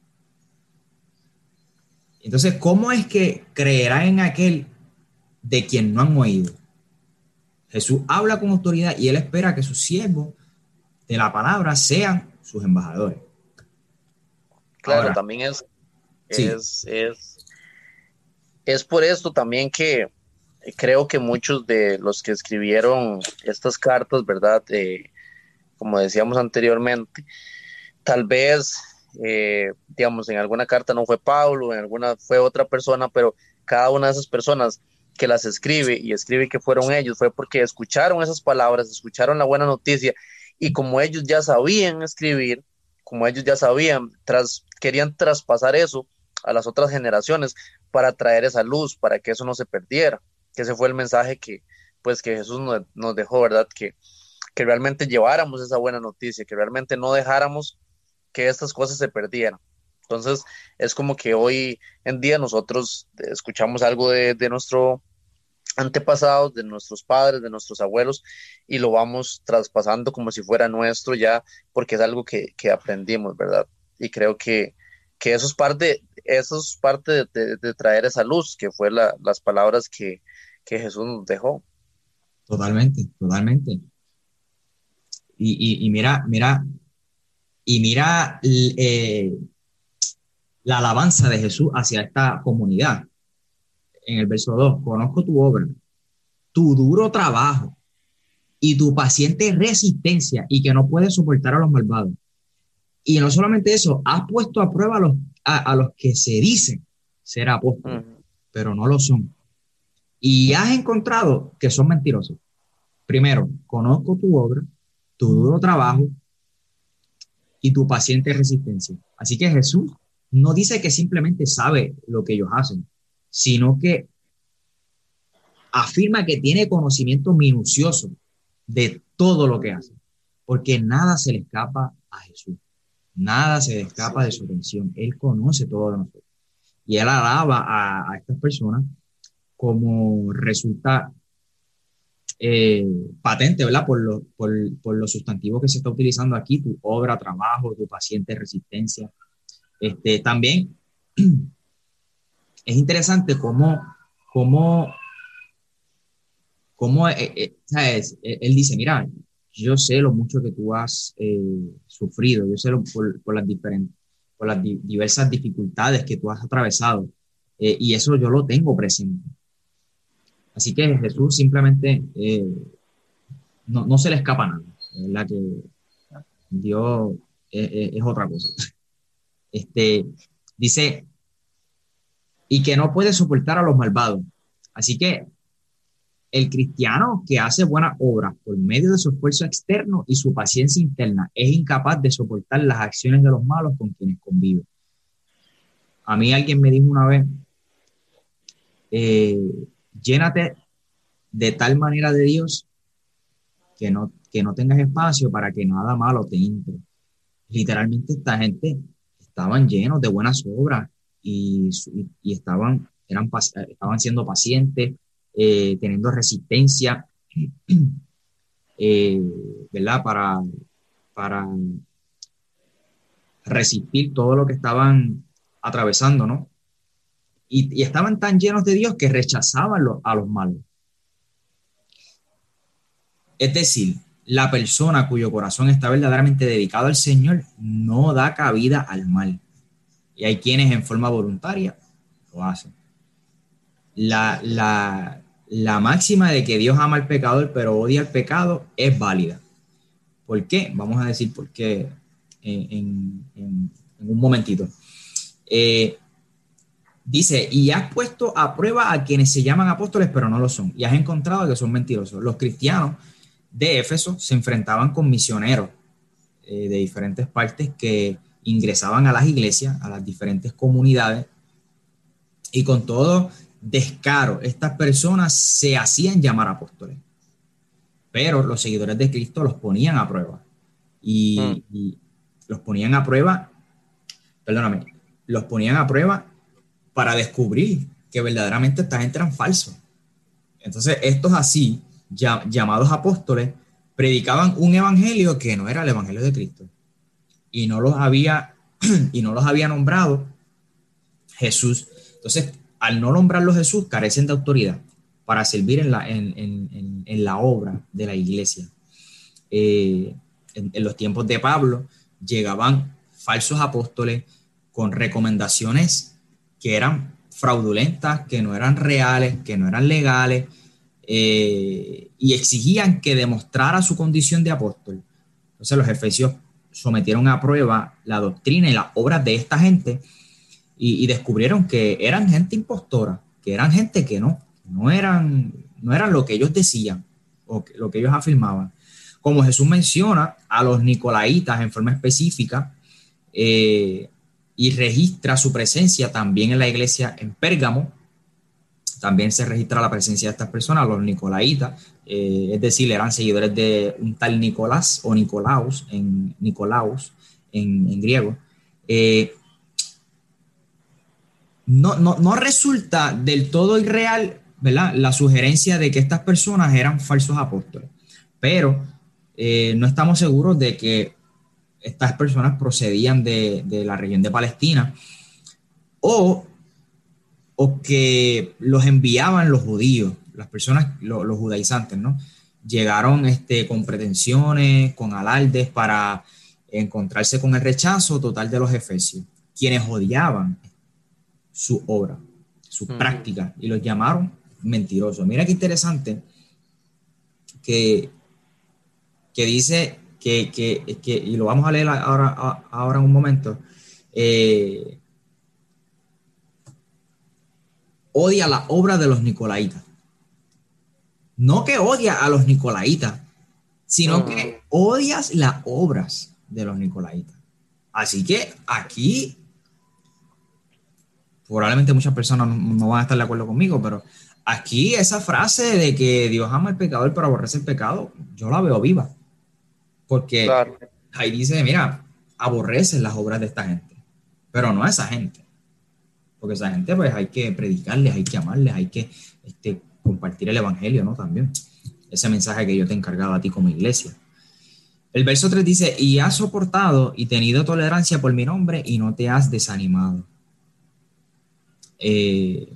Entonces, ¿cómo es que creerán en aquel de quien no han oído? Jesús habla con autoridad y él espera que sus siervos de la palabra sean sus embajadores. Claro, Ahora, también es, sí, es, es, es por esto también que creo que muchos de los que escribieron estas cartas, ¿verdad? Eh, como decíamos anteriormente, tal vez, eh, digamos, en alguna carta no fue Pablo, en alguna fue otra persona, pero cada una de esas personas que las escribe y escribe que fueron ellos fue porque escucharon esas palabras, escucharon la buena noticia y como ellos ya sabían escribir, como ellos ya sabían, tras, querían traspasar eso a las otras generaciones para traer esa luz, para que eso no se perdiera, que ese fue el mensaje que, pues, que Jesús nos, nos dejó, ¿verdad? Que, que realmente lleváramos esa buena noticia, que realmente no dejáramos que estas cosas se perdieran. Entonces, es como que hoy en día nosotros escuchamos algo de, de nuestro antepasado, de nuestros padres, de nuestros abuelos, y lo vamos traspasando como si fuera nuestro ya, porque es algo que, que aprendimos, ¿verdad? Y creo que, que eso es parte, eso es parte de, de, de traer esa luz, que fue la, las palabras que, que Jesús nos dejó. totalmente, totalmente. Y, y, y mira, mira, y mira eh, la alabanza de Jesús hacia esta comunidad. En el verso dos, conozco tu obra, tu duro trabajo y tu paciente resistencia y que no puedes soportar a los malvados. Y no solamente eso, has puesto a prueba a los, a, a los que se dicen ser apóstoles, Uh-huh. pero no lo son. Y has encontrado que son mentirosos. Primero, conozco tu obra, tu duro trabajo y tu paciente resistencia. Así que Jesús no dice que simplemente sabe lo que ellos hacen, sino que afirma que tiene conocimiento minucioso de todo lo que hacen, porque nada se le escapa a Jesús, nada se le Sí, escapa de su atención. Él conoce todo de nosotros y él alaba a, a estas personas como resulta eh, patente, ¿verdad? Por lo, por, por los sustantivos que se está utilizando aquí, tu obra, trabajo, tu paciente, resistencia. Este, también es interesante cómo, cómo, cómo eh, eh, ¿sabes? Él dice, mira, yo sé lo mucho que tú has eh, sufrido, yo sé lo, por, por, las diferentes, por las di diversas dificultades que tú has atravesado, eh, y eso yo lo tengo presente. Así que Jesús simplemente eh, no, no se le escapa nada, ¿verdad? Que Dios es, es, es otra cosa. Este, dice, y que no puede soportar a los malvados. Así que el cristiano que hace buenas obras por medio de su esfuerzo externo y su paciencia interna es incapaz de soportar las acciones de los malos con quienes convive. A mí alguien me dijo una vez, eh, llénate de tal manera de Dios que no, que no tengas espacio para que nada malo te entre. literalmente esta gente estaban llenos de buenas obras y, y, y estaban, eran, estaban siendo pacientes, eh, teniendo resistencia, eh, ¿verdad? Para, para resistir todo lo que estaban atravesando, ¿no? Y, y estaban tan llenos de Dios que rechazaban lo, a los malos. Es decir, la persona cuyo corazón está verdaderamente dedicado al Señor no da cabida al mal. Y hay quienes en forma voluntaria lo hacen. La, la, la máxima de que Dios ama al pecador pero odia al pecado es válida. ¿Por qué? Vamos a decir por qué en, en, en, en un momentito. Eh, dice, y has puesto a prueba a quienes se llaman apóstoles pero no lo son, y has encontrado que son mentirosos. Los cristianos de Éfeso se enfrentaban con misioneros eh, de diferentes partes que ingresaban a las iglesias, a las diferentes comunidades, y con todo descaro, estas personas se hacían llamar apóstoles, pero los seguidores de Cristo los ponían a prueba, y, mm. y los ponían a prueba, perdóname, los ponían a prueba para descubrir que verdaderamente esta gente eran falsos. Entonces, estos así, ya, llamados apóstoles, predicaban un evangelio que no era el evangelio de Cristo, y no los había, y no los había nombrado Jesús. Entonces, al no nombrarlos Jesús, carecen de autoridad para servir en la, en, en, en la obra de la iglesia. Eh, en, en los tiempos de Pablo, llegaban falsos apóstoles con recomendaciones que eran fraudulentas, que no eran reales, que no eran legales, eh, y exigían que demostrara su condición de apóstol. Entonces los efesios sometieron a prueba la doctrina y las obras de esta gente y, y descubrieron que eran gente impostora, que eran gente que no, no eran, no eran lo que ellos decían o que, lo que ellos afirmaban. Como Jesús menciona a los nicolaitas en forma específica, eh, y registra su presencia también en la iglesia en Pérgamo. También se registra la presencia de estas personas, los nicolaitas, eh, es decir, eran seguidores de un tal Nicolás o Nicolaus en, Nicolaus, en, en griego. Eh, no, no, no resulta del todo irreal, ¿verdad?, la sugerencia de que estas personas eran falsos apóstoles, pero eh, no estamos seguros de que estas personas procedían de, de la región de Palestina o, o que los enviaban los judíos, las personas, los, los judaizantes, ¿no? Llegaron este, con pretensiones, con alardes para encontrarse con el rechazo total de los efesios, quienes odiaban su obra, su uh-huh. práctica, y los llamaron mentirosos. Mira qué interesante que, que dice... Que, que, que, y lo vamos a leer ahora, ahora en un momento, eh, odia la obra de los nicolaitas. No que odia a los nicolaitas, sino uh-huh. que odias las obras de los nicolaitas. Así que aquí, probablemente muchas personas no, no van a estar de acuerdo conmigo, pero aquí esa frase de que Dios ama al pecador pero aborrece el pecado, yo la veo viva. Porque claro. ahí dice, mira, aborrecen las obras de esta gente, pero no a esa gente, porque esa gente pues hay que predicarles, hay que amarles, hay que este, compartir el evangelio, ¿no? También ese mensaje que yo te he encargado a ti como iglesia. El verso tres dice, y has soportado y tenido tolerancia por mi nombre y no te has desanimado. Eh,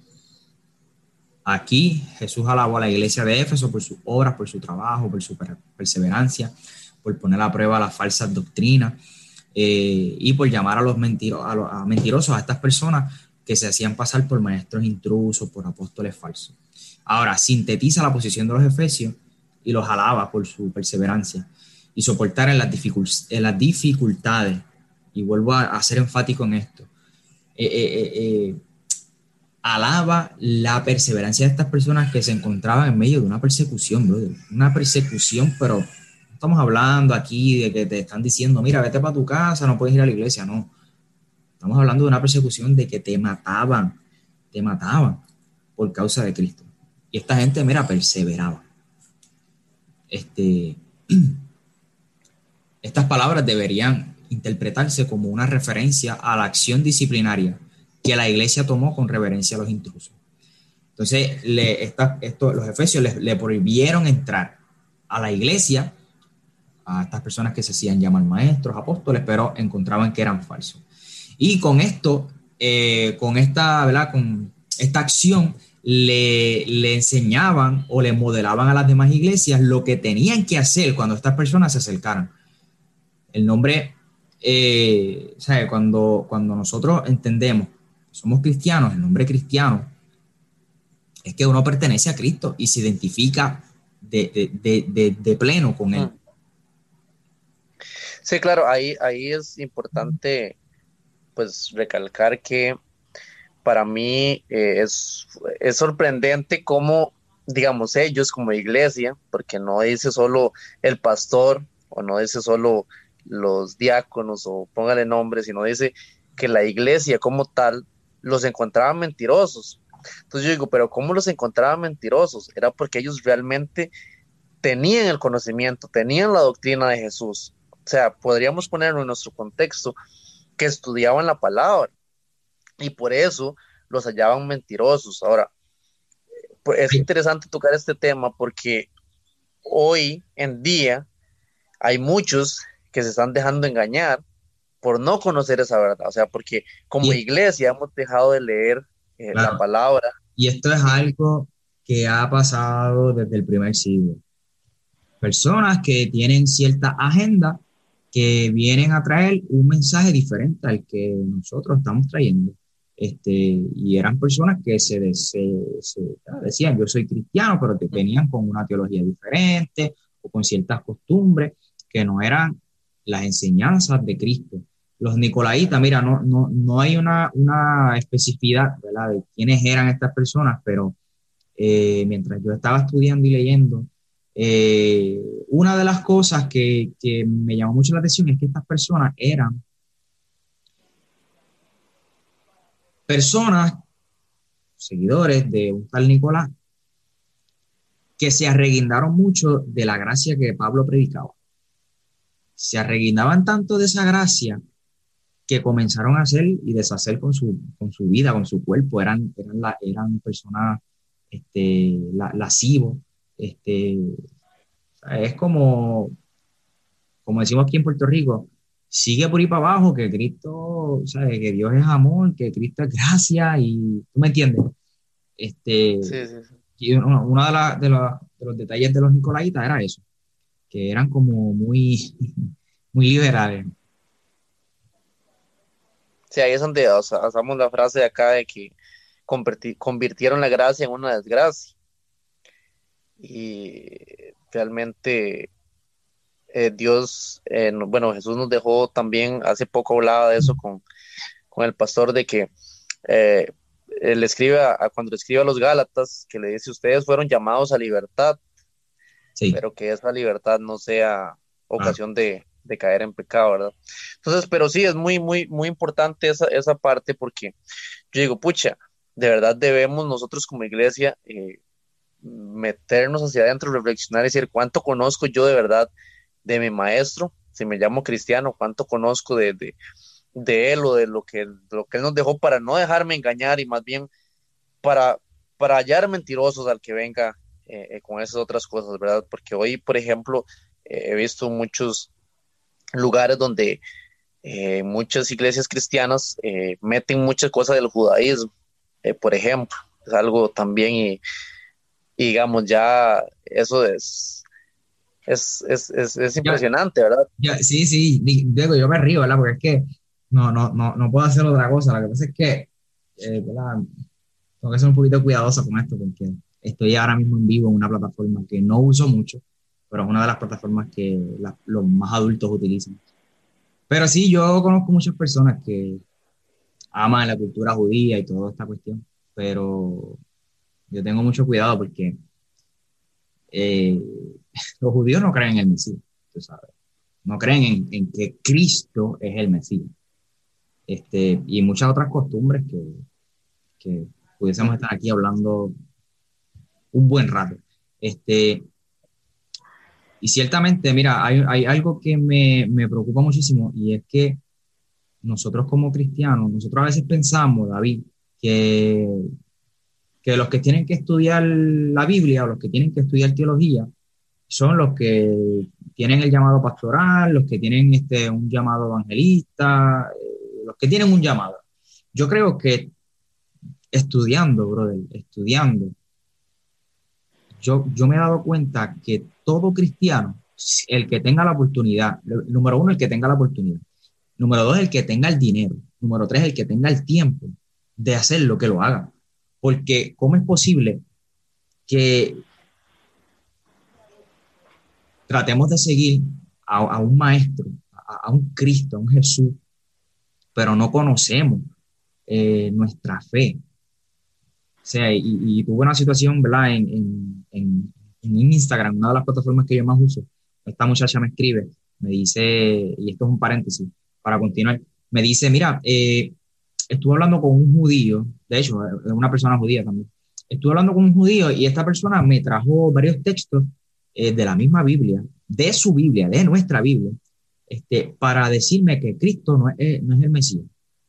aquí Jesús alabó a la iglesia de Éfeso por sus obras, por su trabajo, por su perseverancia, por poner a prueba las falsas doctrinas, eh, y por llamar a los, mentiro, a los a mentirosos, a estas personas que se hacían pasar por maestros intrusos, por apóstoles falsos. Ahora, sintetiza la posición de los efesios y los alaba por su perseverancia y soportar en las, dificult en las dificultades. Y vuelvo a, a ser enfático en esto. Eh, eh, eh, alaba la perseverancia de estas personas que se encontraban en medio de una persecución, brother. Una persecución, pero estamos hablando aquí de que te están diciendo, mira, vete para tu casa, no puedes ir a la iglesia. No, estamos hablando de una persecución de que te mataban, te mataban por causa de Cristo. Y esta gente, mira, perseveraba. Este, estas palabras deberían interpretarse como una referencia a la acción disciplinaria que la iglesia tomó con reverencia a los intrusos. Entonces, le, esta, esto, los efesios le, le prohibieron entrar a la iglesia a estas personas que se hacían llamar maestros, apóstoles, pero encontraban que eran falsos. Y con esto, eh, con esta, ¿verdad? Con esta acción, le, le enseñaban o le modelaban a las demás iglesias lo que tenían que hacer cuando estas personas se acercaran. El nombre, eh, ¿sabe? Cuando, cuando nosotros entendemos que somos cristianos, el nombre cristiano es que uno pertenece a Cristo y se identifica de, de, de, de, de pleno con Él. Sí, claro, ahí, ahí es importante pues recalcar que para mí eh, es, es sorprendente cómo, digamos, ellos como iglesia, porque no dice solo el pastor o no dice solo los diáconos o póngale nombres, sino dice que la iglesia como tal los encontraba mentirosos. Entonces yo digo, pero ¿cómo los encontraba mentirosos? Era porque ellos realmente tenían el conocimiento, tenían la doctrina de Jesús. O sea, podríamos ponerlo en nuestro contexto, que estudiaban la palabra y por eso los hallaban mentirosos. Ahora, pues es interesante tocar este tema porque hoy en día hay muchos que se están dejando engañar por no conocer esa verdad, o sea, porque como Y, iglesia hemos dejado de leer eh, la claro, palabra. y esto es Y algo que ha pasado desde el primer siglo. Personas que tienen cierta agenda que vienen a traer un mensaje diferente al que nosotros estamos trayendo. Este, y eran personas que se, se, se decían, yo soy cristiano, pero te venían con una teología diferente o con ciertas costumbres que no eran las enseñanzas de Cristo. Los nicolaitas, mira, no, no, no hay una, una especificidad, ¿verdad?, de quiénes eran estas personas, pero eh, mientras yo estaba estudiando y leyendo, eh, una de las cosas que, que me llamó mucho la atención es que estas personas eran personas, seguidores de un tal Nicolás, que se arreguindaron mucho de la gracia que Pablo predicaba. Se arreguindaban tanto de esa gracia que comenzaron a hacer y deshacer con su, con su vida, con su cuerpo. Eran, eran, la, eran personas este, la, lascivos. Este, es como, como decimos aquí en Puerto Rico, sigue por ahí para abajo, que Cristo, ¿sabes? Que Dios es amor, que Cristo es gracia, y tú me entiendes. Este, sí, sí, sí. y uno, uno de, la, de, la, de los detalles de los nicolaitas era eso, que eran como muy, muy liberales. Sí, ahí es donde o sea, usamos la frase de acá de que converti- convirtieron la gracia en una desgracia. Y realmente eh, Dios, eh, no- bueno, Jesús nos dejó también, hace poco hablaba de eso con, con el pastor, de que eh, él escribe a, a- cuando le escribe a los Gálatas, que le dice, ustedes fueron llamados a libertad, Sí, pero que esa libertad no sea claro. ocasión de, de caer en pecado, ¿verdad? Entonces, pero sí, es muy, muy, muy importante esa, esa parte porque yo digo, pucha, de verdad debemos nosotros como iglesia eh, meternos hacia adentro, reflexionar y decir cuánto conozco yo de verdad de mi maestro, si me llamo cristiano, cuánto conozco de, de, de él o de lo que, de lo que él nos dejó para no dejarme engañar y más bien para, para hallar mentirosos al que venga eh, eh, con esas otras cosas, ¿verdad? Porque hoy, por ejemplo, eh, he visto muchos lugares donde eh, muchas iglesias cristianas eh, meten muchas cosas del judaísmo, eh, por ejemplo, es algo también y, y digamos ya eso es, es, es, es, es Ya, impresionante, ¿verdad? ya, sí, sí, di- digo, yo me río, ¿verdad? Porque es que no, no, no, no puedo hacer otra cosa. Lo que pasa es que, eh, ¿verdad? Tengo que ser un poquito cuidadoso con esto porque estoy ahora mismo en vivo en una plataforma que no uso mucho, pero es una de las plataformas que la- los más adultos utilizan. Pero sí, yo conozco muchas personas que aman la cultura judía y toda esta cuestión, pero yo tengo mucho cuidado porque eh, los judíos no creen en el Mesías, tú sabes, no creen en, en que Cristo es el Mesías, este, y muchas otras costumbres que, que pudiésemos estar aquí hablando un buen rato. Este, Y ciertamente, mira, hay, hay algo que me, me preocupa muchísimo y es que nosotros como cristianos, nosotros a veces pensamos, David, que, que los que tienen que estudiar la Biblia o los que tienen que estudiar teología son los que tienen el llamado pastoral, los que tienen este, un llamado evangelista, eh, los que tienen un llamado. Yo creo que estudiando, brother, estudiando, yo, yo me he dado cuenta que todo cristiano, el que tenga la oportunidad, número uno, el que tenga la oportunidad, número dos, el que tenga el dinero, número tres, el que tenga el tiempo de hacer lo que lo haga. Porque ¿cómo es posible que tratemos de seguir a, a un maestro, a, a un Cristo, a un Jesús, pero no conocemos eh, nuestra fe? O sea, y, y tuve una situación, ¿verdad? En, en, en, en Instagram, una de las plataformas que yo más uso. Esta muchacha me escribe, me dice, y esto es un paréntesis para continuar, me dice, mira, eh, estuve hablando con un judío, de hecho, es una persona judía también. Estuve hablando con un judío y esta persona me trajo varios textos eh, de la misma Biblia, de su Biblia, de nuestra Biblia, este, para decirme que Cristo no es, no es el Mesías.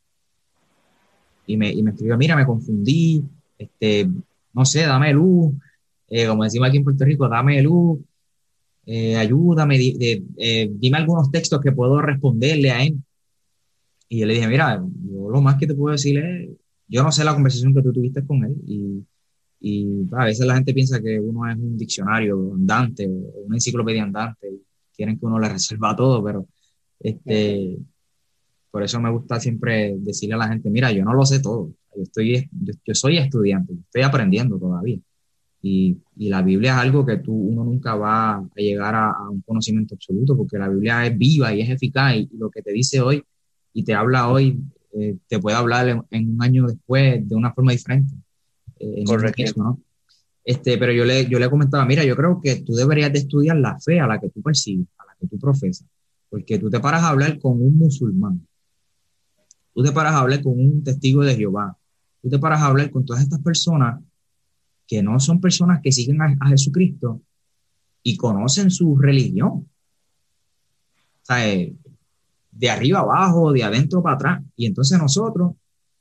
Y me, y me escribió, mira, me confundí, este, no sé, dame luz, eh, como decimos aquí en Puerto Rico, dame luz, eh, ayúdame, di, de, eh, dime algunos textos que puedo responderle a él. Y yo le dije, mira, yo lo más que te puedo decir es, yo no sé la conversación que tú tuviste con él y, y a veces la gente piensa que uno es un diccionario andante o una enciclopedia andante y quieren que uno le resuelva todo, pero este, por eso me gusta siempre decirle a la gente, mira, yo no lo sé todo, yo, estoy, yo, yo soy estudiante, estoy aprendiendo todavía. Y, y la Biblia es algo que tú, uno nunca va a llegar a, a un conocimiento absoluto, porque la Biblia es viva y es eficaz, y, y lo que te dice hoy y te habla hoy, eh, te puede hablar en, en, un año después de una forma diferente, eh, en el mismo, ¿no? Este, pero yo le, yo le comentaba, mira, yo creo que tú deberías de estudiar la fe a la que tú persigues, a la que tú profesas, porque tú te paras a hablar con un musulmán, tú te paras a hablar con un testigo de Jehová, tú te paras a hablar con todas estas personas que no son personas que siguen a, a Jesucristo y conocen su religión. O sea, eh, de arriba abajo, de adentro para atrás. Y entonces nosotros,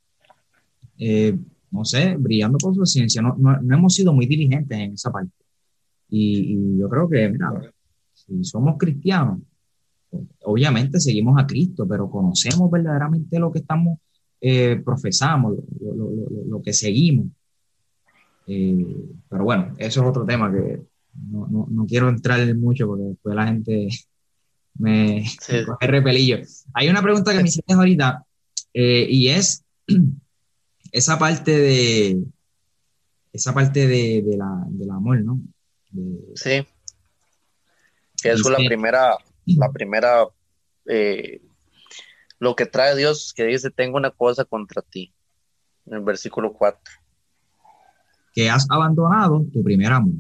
eh, no sé, brillando por su ciencia, no, no, no hemos sido muy diligentes en esa parte. Y, y yo creo que, mira, si somos cristianos, obviamente seguimos a Cristo, pero conocemos verdaderamente lo que estamos, eh, profesamos, lo, lo, lo, lo que seguimos. Eh, pero bueno, eso es otro tema que no, no, no quiero entrar mucho porque después la gente me, Sí. me coge repelillo. Hay una pregunta que me hiciste ahorita eh, y es esa parte de esa parte de, de la, del amor, ¿no? De, Sí, que eso es la dice, primera, la primera, eh, lo que trae Dios, que dice, tengo una cosa contra ti, en el versículo cuatro. que has abandonado tu primer amor.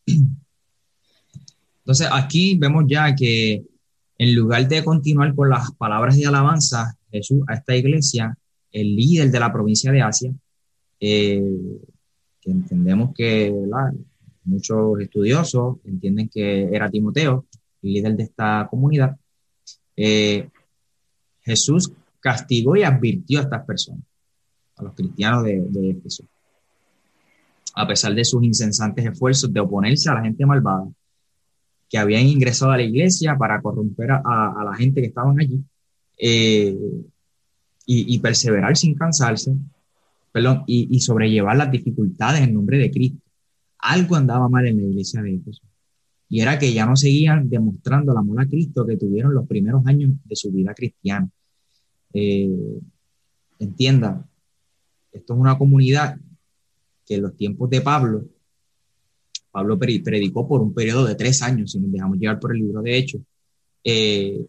Entonces aquí vemos ya que en lugar de continuar con las palabras de alabanza, Jesús a esta iglesia, el líder de la provincia de Asia, eh, que entendemos que ¿verdad? Muchos estudiosos entienden que era Timoteo, el líder de esta comunidad, eh, Jesús castigó y advirtió a estas personas, a los cristianos de, de Éfeso, a pesar de sus incesantes esfuerzos de oponerse a la gente malvada que habían ingresado a la iglesia para corromper a, a, a la gente que estaban allí, eh, y, y perseverar sin cansarse, perdón, y, y sobrellevar las dificultades en nombre de Cristo. Algo andaba mal en la iglesia de Éfeso, y era que ya no seguían demostrando el amor a Cristo que tuvieron los primeros años de su vida cristiana. Eh, entienda, esto es una comunidad que en los tiempos de Pablo, Pablo predicó por un periodo de tres años, si nos dejamos llevar por el libro de Hechos, eh,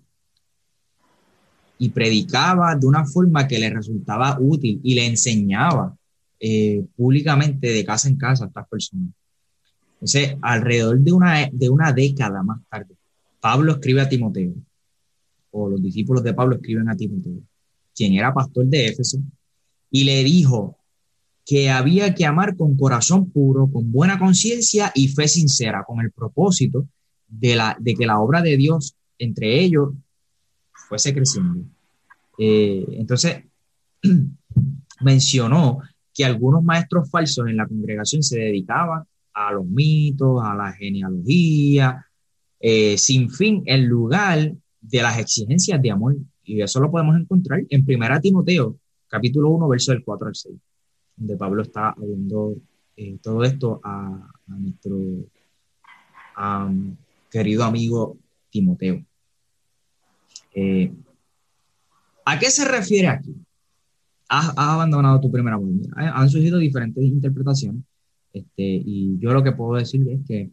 y predicaba de una forma que le resultaba útil y le enseñaba eh, públicamente de casa en casa a estas personas. Entonces, alrededor de una, de una década más tarde, Pablo escribe a Timoteo, o los discípulos de Pablo escriben a Timoteo, quien era pastor de Éfeso, y le dijo que había que amar con corazón puro, con buena conciencia y fe sincera, con el propósito de, la, de que la obra de Dios entre ellos fuese creciendo. Eh, entonces, mencionó que algunos maestros falsos en la congregación se dedicaban a los mitos, a la genealogía, eh, sin fin, en lugar de las exigencias de amor. Y eso lo podemos encontrar en Primera Timoteo, capítulo uno, verso del cuatro al seis, donde Pablo está hablando eh, todo esto a, a nuestro um, querido amigo Timoteo. Eh, ¿A qué se refiere aquí? Has, has abandonado tu primera amor. Han surgido diferentes interpretaciones, este, y yo lo que puedo decir es que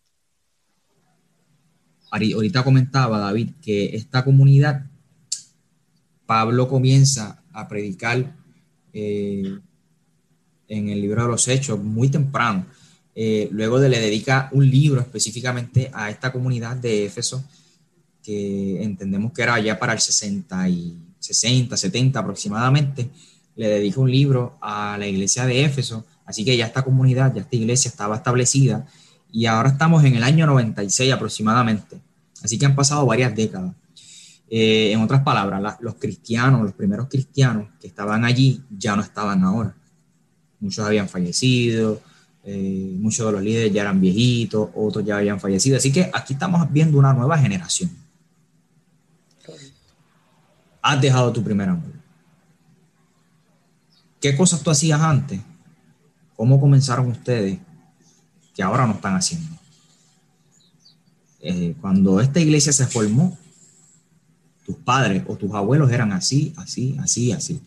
ahorita comentaba David que esta comunidad, Pablo comienza a predicar eh, en el libro de los Hechos muy temprano. Eh, luego de le dedica un libro específicamente a esta comunidad de Éfeso, que entendemos que era ya para el sesenta, y sesenta, setenta aproximadamente. Le dedica un libro a la iglesia de Éfeso, así que ya esta comunidad, ya esta iglesia estaba establecida, y ahora estamos en el año noventa y seis aproximadamente, así que han pasado varias décadas. Eh, en otras palabras, la, los cristianos, los primeros cristianos que estaban allí ya no estaban ahora. Muchos habían fallecido, eh, muchos de los líderes ya eran viejitos, otros ya habían fallecido, así que aquí estamos viendo una nueva generación. Has dejado tu primer amor. ¿Qué cosas tú hacías antes? ¿Cómo comenzaron ustedes que ahora no están haciendo? Eh, cuando esta iglesia se formó, tus padres o tus abuelos eran así, así, así, así.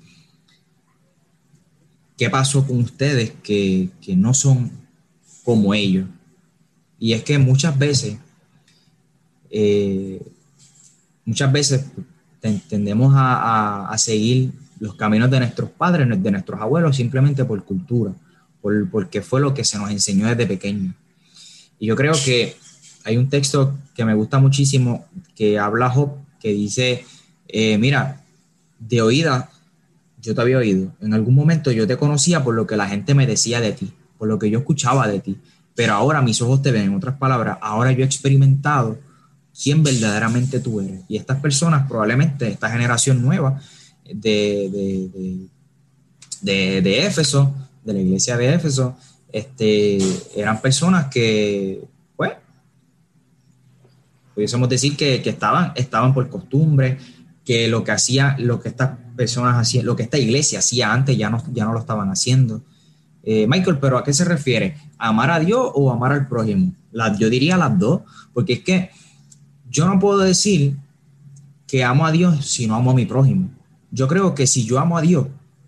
¿Qué pasó con ustedes que, que no son como ellos? Y es que muchas veces, eh, muchas veces tendemos a, a, a seguir los caminos de nuestros padres, de nuestros abuelos, simplemente por cultura, por, porque fue lo que se nos enseñó desde pequeño. Y yo creo que hay un texto que me gusta muchísimo que habla Job, que dice, eh, mira, de oída yo te había oído, en algún momento yo te conocía por lo que la gente me decía de ti, por lo que yo escuchaba de ti, pero ahora mis ojos te ven. En otras palabras, ahora yo he experimentado quién verdaderamente tú eres. Y estas personas, probablemente esta generación nueva de, de, de, de, de Éfeso, de la iglesia de Éfeso, este, eran personas que, pues, pudiésemos decir que, que estaban, estaban por costumbre, que lo que hacía, lo que estas personas hacían, lo que esta iglesia hacía antes ya no, ya no lo estaban haciendo. Eh, Michael, ¿pero a qué se refiere? ¿A amar a Dios o amar al prójimo? La, yo diría las dos, porque es que yo no puedo decir que amo a Dios si no amo a mi prójimo. Yo creo que si yo amo a Dios,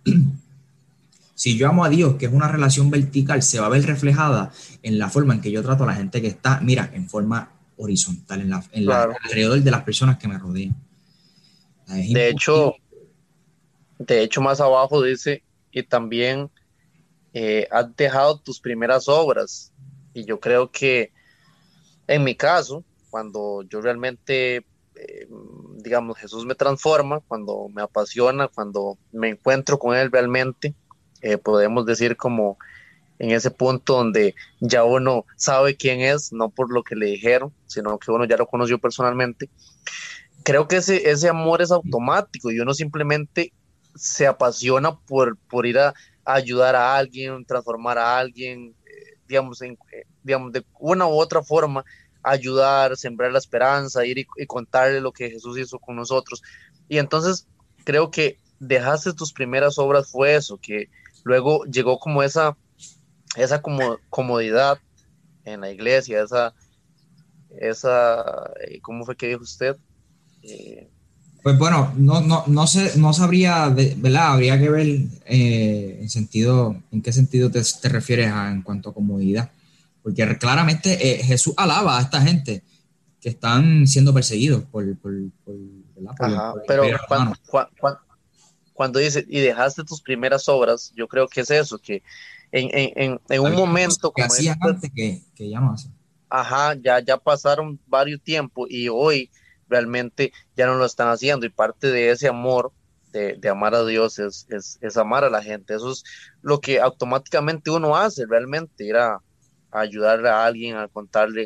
si yo amo a Dios, que es una relación vertical, se va a ver reflejada en la forma en que yo trato a la gente que está, mira, en forma horizontal, en la, en la, Claro. alrededor de las personas que me rodean. Es De imposible. hecho, de hecho, más abajo dice, y también eh, has dejado tus primeras obras. Y yo creo que en mi caso, cuando yo realmente, eh, digamos, Jesús me transforma, cuando me apasiona, cuando me encuentro con Él realmente, eh, podemos decir como en ese punto donde ya uno sabe quién es, no por lo que le dijeron, sino que uno ya lo conoció personalmente. Creo que ese, ese amor es automático y uno simplemente se apasiona por, por ir a, a ayudar a alguien, transformar a alguien, eh, digamos, en, eh, digamos, de una u otra forma, ayudar, sembrar la esperanza, ir y, y contarle lo que Jesús hizo con nosotros. Y entonces creo que dejaste tus primeras obras fue eso, que luego llegó como esa, esa como, comodidad en la iglesia, esa, esa, eh, ¿cómo fue que dijo usted? Eh, Pues bueno, no, no, no sé, no sabría, de- ¿verdad? Habría que ver eh, en sentido, en qué sentido te, te refieres a, en cuanto a comodidad. Porque claramente eh, Jesús alaba a esta gente que están siendo perseguidos por, por, por, ¿verdad? por, los, Ajá, por el pero imperio cuan- romano. cua- cua- cuando dice, y dejaste tus primeras obras, yo creo que es eso, que en, en, en, en un Había cosas momento, que como dice hacían usted, antes que, que ya no hacen. ajá, ya, ya pasaron varios tiempos y hoy realmente ya no lo están haciendo y parte de ese amor, de, de amar a Dios, es, es, es amar a la gente. Eso es lo que automáticamente uno hace realmente, ir a, a ayudarle a alguien, a contarle.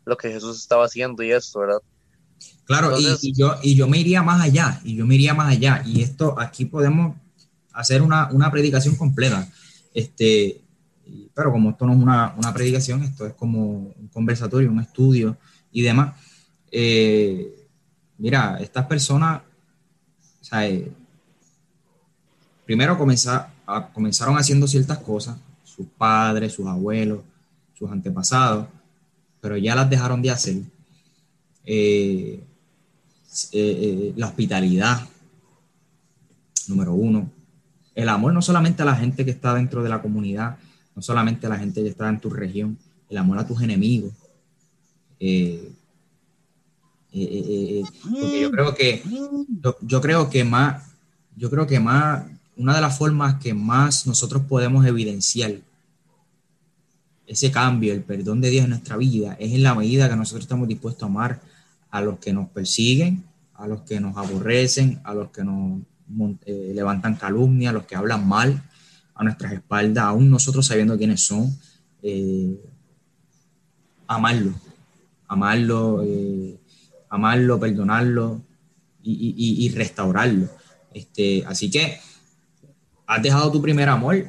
lo que Jesús estaba haciendo y esto, ¿verdad? Claro, y, Entonces, y yo, y yo me iría más allá, y yo me iría más allá, y esto aquí podemos hacer una, una predicación completa, este, pero como esto no es una, una predicación, esto es como un conversatorio, un estudio y demás, eh, mira, estas personas, o sea, eh, primero comenzar, a, comenzaron haciendo ciertas cosas, sus padres, sus abuelos, sus antepasados, pero ya las dejaron de hacer. Eh, eh, eh, la hospitalidad, número uno. El amor no solamente a la gente que está dentro de la comunidad, no solamente a la gente que está en tu región, el amor a tus enemigos. Eh, eh, eh, eh, porque yo creo que, yo, yo creo que más, yo creo que más, una de las formas que más nosotros podemos evidenciar ese cambio, el perdón de Dios en nuestra vida, es en la medida que nosotros estamos dispuestos a amar a los que nos persiguen, a los que nos aborrecen, a los que nos eh, levantan calumnia, a los que hablan mal a nuestras espaldas, aún nosotros sabiendo quiénes son, eh, amarlo, amarlo, eh, amarlo, perdonarlo y, y, y restaurarlo. Este, así que has dejado tu primer amor,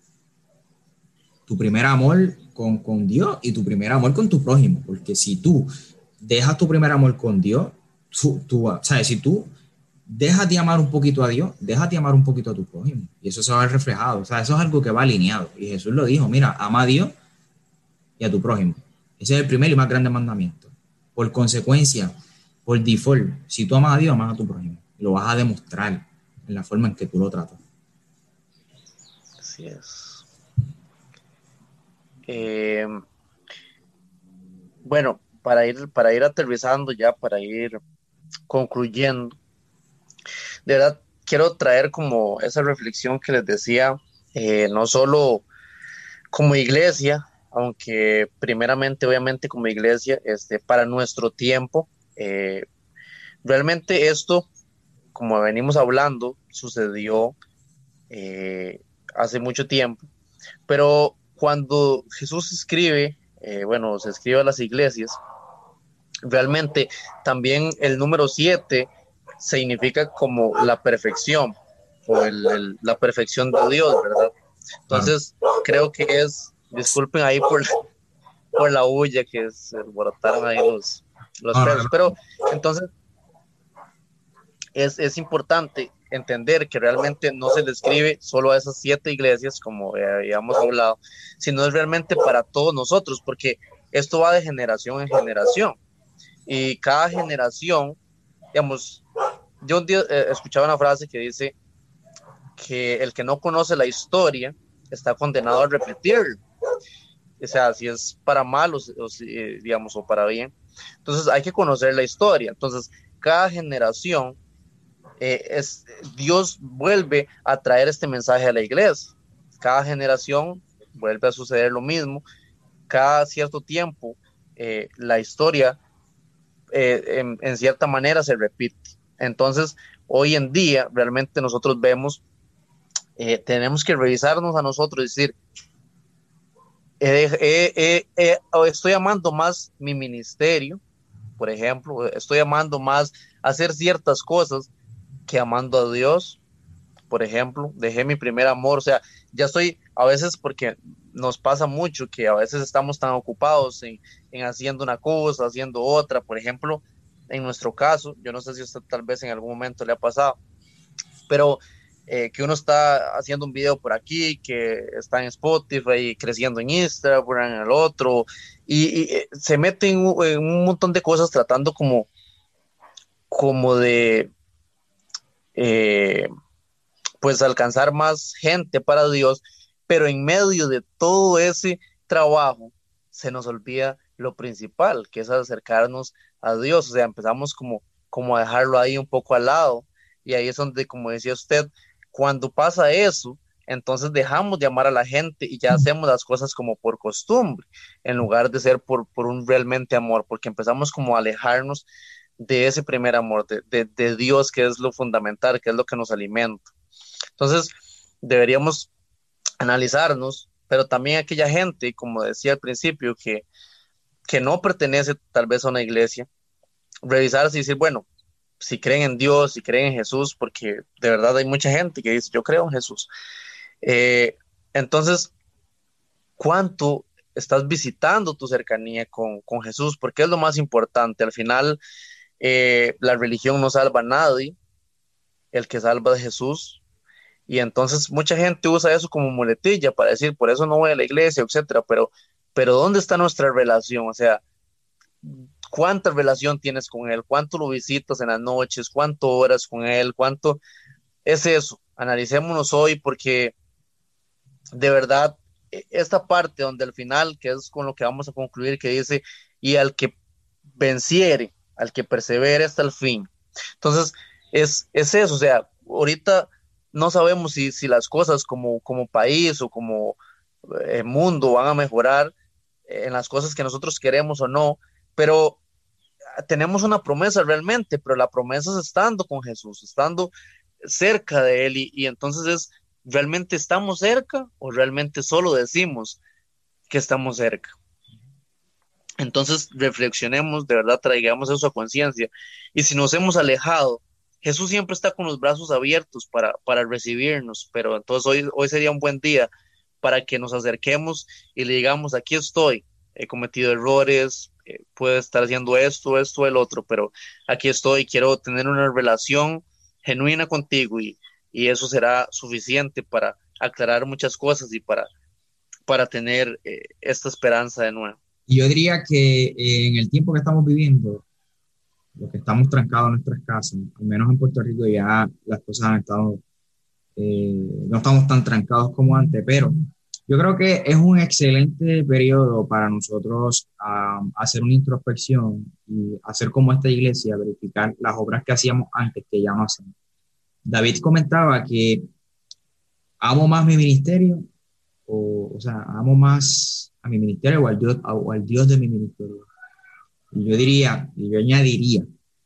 tu primer amor con, con Dios y tu primer amor con tu prójimo, porque si tú dejas tu primer amor con Dios, tú, tú sabes, si tú dejas de amar un poquito a Dios, dejas de amar un poquito a tu prójimo, y eso se va a ver reflejado, o sea, eso es algo que va alineado, y Jesús lo dijo, mira, ama a Dios y a tu prójimo, ese es el primer y más grande mandamiento. Por consecuencia, por default, si tú amas a Dios, amas a tu prójimo, y lo vas a demostrar en la forma en que tú lo tratas. así es. Eh, bueno, para ir, para ir aterrizando ya, para ir concluyendo, de verdad quiero traer como esa reflexión que les decía, eh, no solo como iglesia, aunque primeramente, obviamente como iglesia, este, para nuestro tiempo, eh, realmente esto, como venimos hablando, sucedió eh, hace mucho tiempo, pero cuando Jesús escribe, eh, bueno, se escribe a las iglesias, realmente también el número siete significa como la perfección o el, el, la perfección de Dios, ¿verdad? Claro. Entonces, creo que es, disculpen ahí por, por la bulla que se alborotaron ahí los, los No, no, perros, no. pero entonces es, es importante entender que realmente no se le escribe solo a esas siete iglesias, como eh, habíamos hablado, sino es realmente para todos nosotros, porque esto va de generación en generación y cada generación, digamos, yo un día eh, escuchaba una frase que dice que el que no conoce la historia está condenado a repetirlo, o sea, si es para mal o, o si, eh, digamos, o para bien. Entonces hay que conocer la historia. Entonces, cada generación, eh, es, Dios vuelve a traer este mensaje a la iglesia. Cada generación vuelve a suceder lo mismo. Cada cierto tiempo, eh, la historia, eh, en, en cierta manera, se repite. Entonces, hoy en día, realmente nosotros vemos, eh, tenemos que revisarnos a nosotros y decir, eh, eh, eh, estoy amando más mi ministerio, por ejemplo, estoy amando más hacer ciertas cosas que amando a Dios, por ejemplo, dejé mi primer amor, o sea, ya estoy, a veces porque nos pasa mucho que a veces estamos tan ocupados en, en haciendo una cosa, haciendo otra, por ejemplo, en nuestro caso, yo no sé si a usted tal vez en algún momento le ha pasado, pero eh, que uno está haciendo un video por aquí, que está en Spotify, creciendo en Instagram, en el otro, y, y eh, se mete en, un- en un montón de cosas tratando como, como de, eh, pues, alcanzar más gente para Dios, pero en medio de todo ese trabajo se nos olvida lo principal, que es acercarnos a Dios, o sea, empezamos como, como a dejarlo ahí un poco al lado, y ahí es donde, como decía usted, cuando pasa eso, entonces dejamos de amar a la gente y ya hacemos las cosas como por costumbre, en lugar de ser por, por un realmente amor, porque empezamos como a alejarnos de ese primer amor, de, de, de Dios, que es lo fundamental, que es lo que nos alimenta. Entonces, deberíamos analizarnos, pero también aquella gente, como decía al principio, que que no pertenece tal vez a una iglesia, revisarse y decir, bueno, si creen en Dios, si creen en Jesús, porque de verdad hay mucha gente que dice, yo creo en Jesús. Eh, entonces, ¿cuánto estás visitando tu cercanía con, con Jesús? Porque es lo más importante. Al final, eh, la religión no salva a nadie, el que salva es Jesús. Y entonces mucha gente usa eso como muletilla para decir, por eso no voy a la iglesia, etcétera. Pero, pero ¿dónde está nuestra relación? O sea, ¿cuánta relación tienes con él? ¿Cuánto lo visitas en las noches? ¿Cuánto horas con él? ¿Cuánto es eso? Analicémonos hoy porque de verdad e- esta parte donde al final, que es con lo que vamos a concluir, que dice, y al que venciere, al que persevere hasta el fin. Entonces, es, es eso, o sea, ahorita no sabemos si, si las cosas como, como país o como eh, mundo van a mejorar eh, en las cosas que nosotros queremos o no, pero tenemos una promesa realmente, pero la promesa es estando con Jesús, estando cerca de Él y, y entonces es, ¿realmente estamos cerca o realmente solo decimos que estamos cerca? Entonces reflexionemos, de verdad traigamos eso a conciencia. Y si nos hemos alejado, Jesús siempre está con los brazos abiertos para, para recibirnos, pero entonces hoy, hoy sería un buen día para que nos acerquemos y le digamos, aquí estoy, he cometido errores, eh, puedo estar haciendo esto, esto, el otro, pero aquí estoy, quiero tener una relación genuina contigo y, y eso será suficiente para aclarar muchas cosas y para, para tener eh, esta esperanza de nuevo. Y yo diría que eh, en el tiempo que estamos viviendo, los que estamos trancados en nuestras casas, al menos en Puerto Rico ya las cosas han estado, eh, no estamos tan trancados como antes, pero yo creo que es un excelente periodo para nosotros um, hacer una introspección y hacer como esta iglesia, verificar las obras que hacíamos antes que ya no hacemos. David comentaba que amo más mi ministerio, o, o sea, amo más a mi ministerio o al Dios, o al Dios de mi ministerio. Y yo diría, y yo añadiría,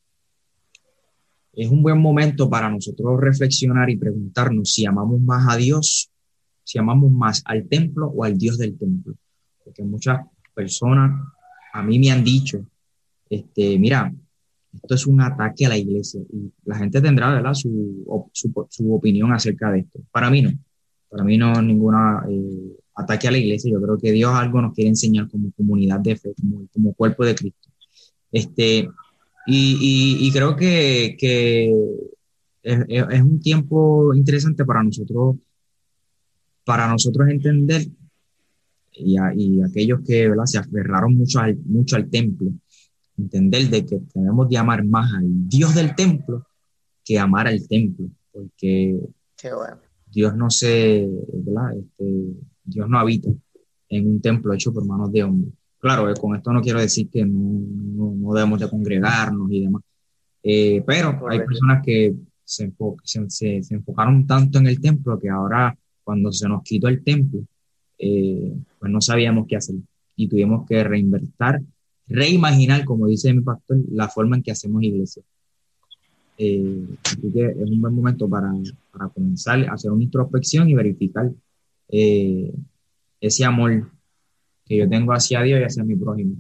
es un buen momento para nosotros reflexionar y preguntarnos si amamos más a Dios, si amamos más al templo o al Dios del templo. Porque muchas personas a mí me han dicho, este, mira, esto es un ataque a la iglesia y la gente tendrá, ¿verdad?, su, su, su opinión acerca de esto. Para mí no, para mí no es ninguna eh, ataque a la iglesia. Yo creo que Dios algo nos quiere enseñar como comunidad de fe, como, como cuerpo de Cristo. Este, y, y, y creo que, que es, es, un tiempo interesante para nosotros, para nosotros entender y, a, y aquellos que, ¿verdad?, se aferraron mucho al, mucho al templo, entender de que debemos de amar más al Dios del templo que amar al templo, porque Qué bueno. Dios no se, ¿verdad? Este, Dios no habita en un templo hecho por manos de hombres. Claro, eh, con esto no quiero decir que no, no, no debemos de congregarnos y demás, eh, pero hay Correcto. personas que se, enfo se, se, se, enfocaron tanto en el templo que ahora cuando se nos quitó el templo, eh, pues no sabíamos qué hacer y tuvimos que reinventar, reimaginar, como dice mi pastor, la forma en que hacemos iglesia. Eh, así que es un buen momento para, para comenzar a hacer una introspección y verificar eh, ese amor que yo tengo hacia Dios y hacia mi prójimo.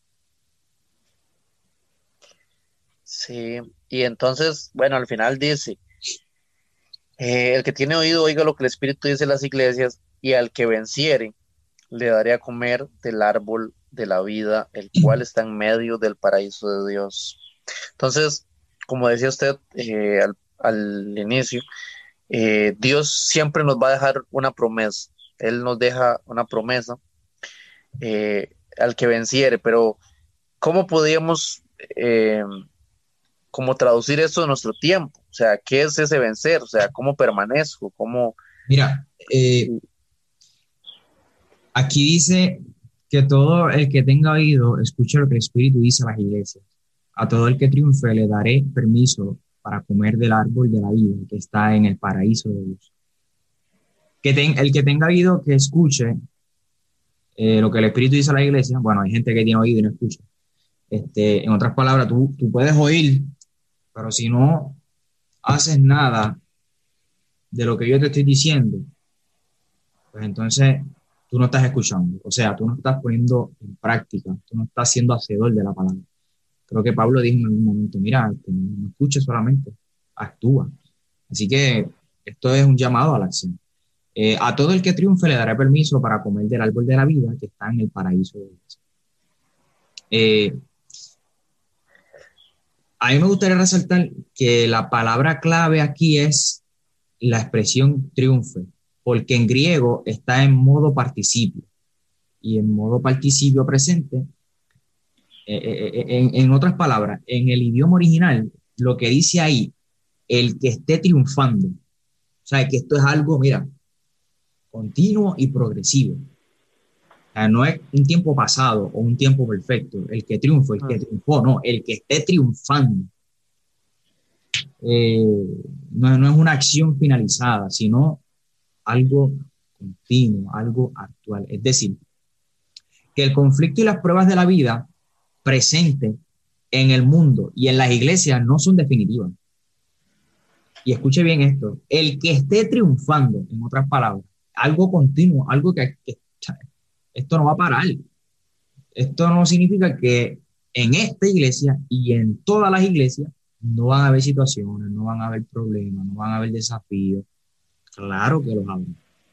Sí, y entonces, bueno, al final dice, eh, el que tiene oído oiga lo que el Espíritu dice en las iglesias, y al que venciere le daré a comer del árbol de la vida, el cual está en medio del paraíso de Dios. Entonces, como decía usted eh, al, al inicio, eh, Dios siempre nos va a dejar una promesa. Él nos deja una promesa eh, al que venciere, pero ¿cómo podríamos eh, cómo traducir esto en nuestro tiempo? O sea, ¿qué es ese vencer? O sea, ¿cómo permanezco? ¿Cómo? Mira, eh, aquí dice que todo el que tenga oído escuche lo que el Espíritu dice a las iglesias. A todo el que triunfe le daré permiso para comer del árbol de la vida que está en el paraíso de Dios. Que ten, el que tenga oído que escuche eh, lo que el Espíritu dice a la iglesia. Bueno, hay gente que tiene oído y no escucha. Este, en otras palabras, tú, tú puedes oír, pero si no haces nada de lo que yo te estoy diciendo, pues entonces tú no estás escuchando. O sea, tú no estás poniendo en práctica, tú no estás siendo hacedor de la palabra. Creo que Pablo dijo en algún momento, mira, no escuches solamente, actúa. Así que esto es un llamado a la acción. Eh, a todo el que triunfe le daré permiso para comer del árbol de la vida que está en el paraíso de Dios. Eh, a mí me gustaría resaltar que la palabra clave aquí es la expresión triunfe, porque en griego está en modo participio y en modo participio presente. Eh, eh, eh, en, en otras palabras, en el idioma original, lo que dice ahí, el que esté triunfando. O sea, que esto es algo, mira, continuo y progresivo. O sea, no es un tiempo pasado o un tiempo perfecto, el que triunfó, el que triunfó, no, el que esté triunfando. Eh, no, no es una acción finalizada, sino algo continuo, algo actual. Es decir, que el conflicto y las pruebas de la vida presentes en el mundo y en las iglesias no son definitivas. Y escuche bien esto, el que esté triunfando, en otras palabras, algo continuo, algo que, que esto no va a parar. Esto no significa que en esta iglesia y en todas las iglesias no van a haber situaciones, no van a haber problemas, no van a haber desafíos. Claro que los habrá.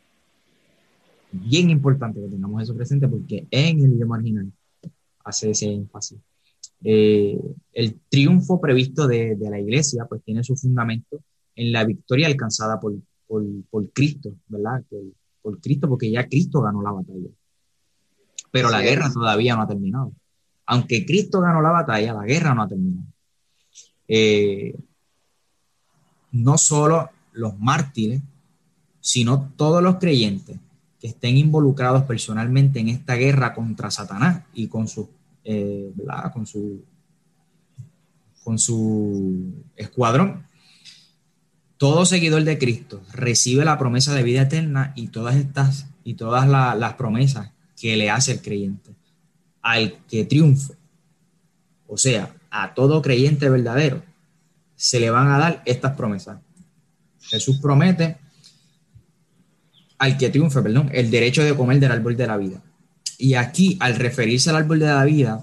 Bien importante que tengamos eso presente porque en el idioma original hace ese énfasis. Eh, el triunfo previsto de, de la iglesia pues tiene su fundamento en la victoria alcanzada por, por, por Cristo, ¿verdad? Por, por Cristo, porque ya Cristo ganó la batalla. Pero la Así guerra es. todavía no ha terminado. Aunque Cristo ganó la batalla, la guerra no ha terminado. Eh, no solo los mártires, sino todos los creyentes que estén involucrados personalmente en esta guerra contra Satanás y con su, eh, ¿verdad? con su, con su escuadrón. Todo seguidor de Cristo recibe la promesa de vida eterna y todas estas y todas la, las promesas que le hace el creyente al que triunfe. O sea, a todo creyente verdadero se le van a dar estas promesas. Jesús promete al que triunfe, perdón, el derecho de comer del árbol de la vida. Y aquí, al referirse al árbol de la vida,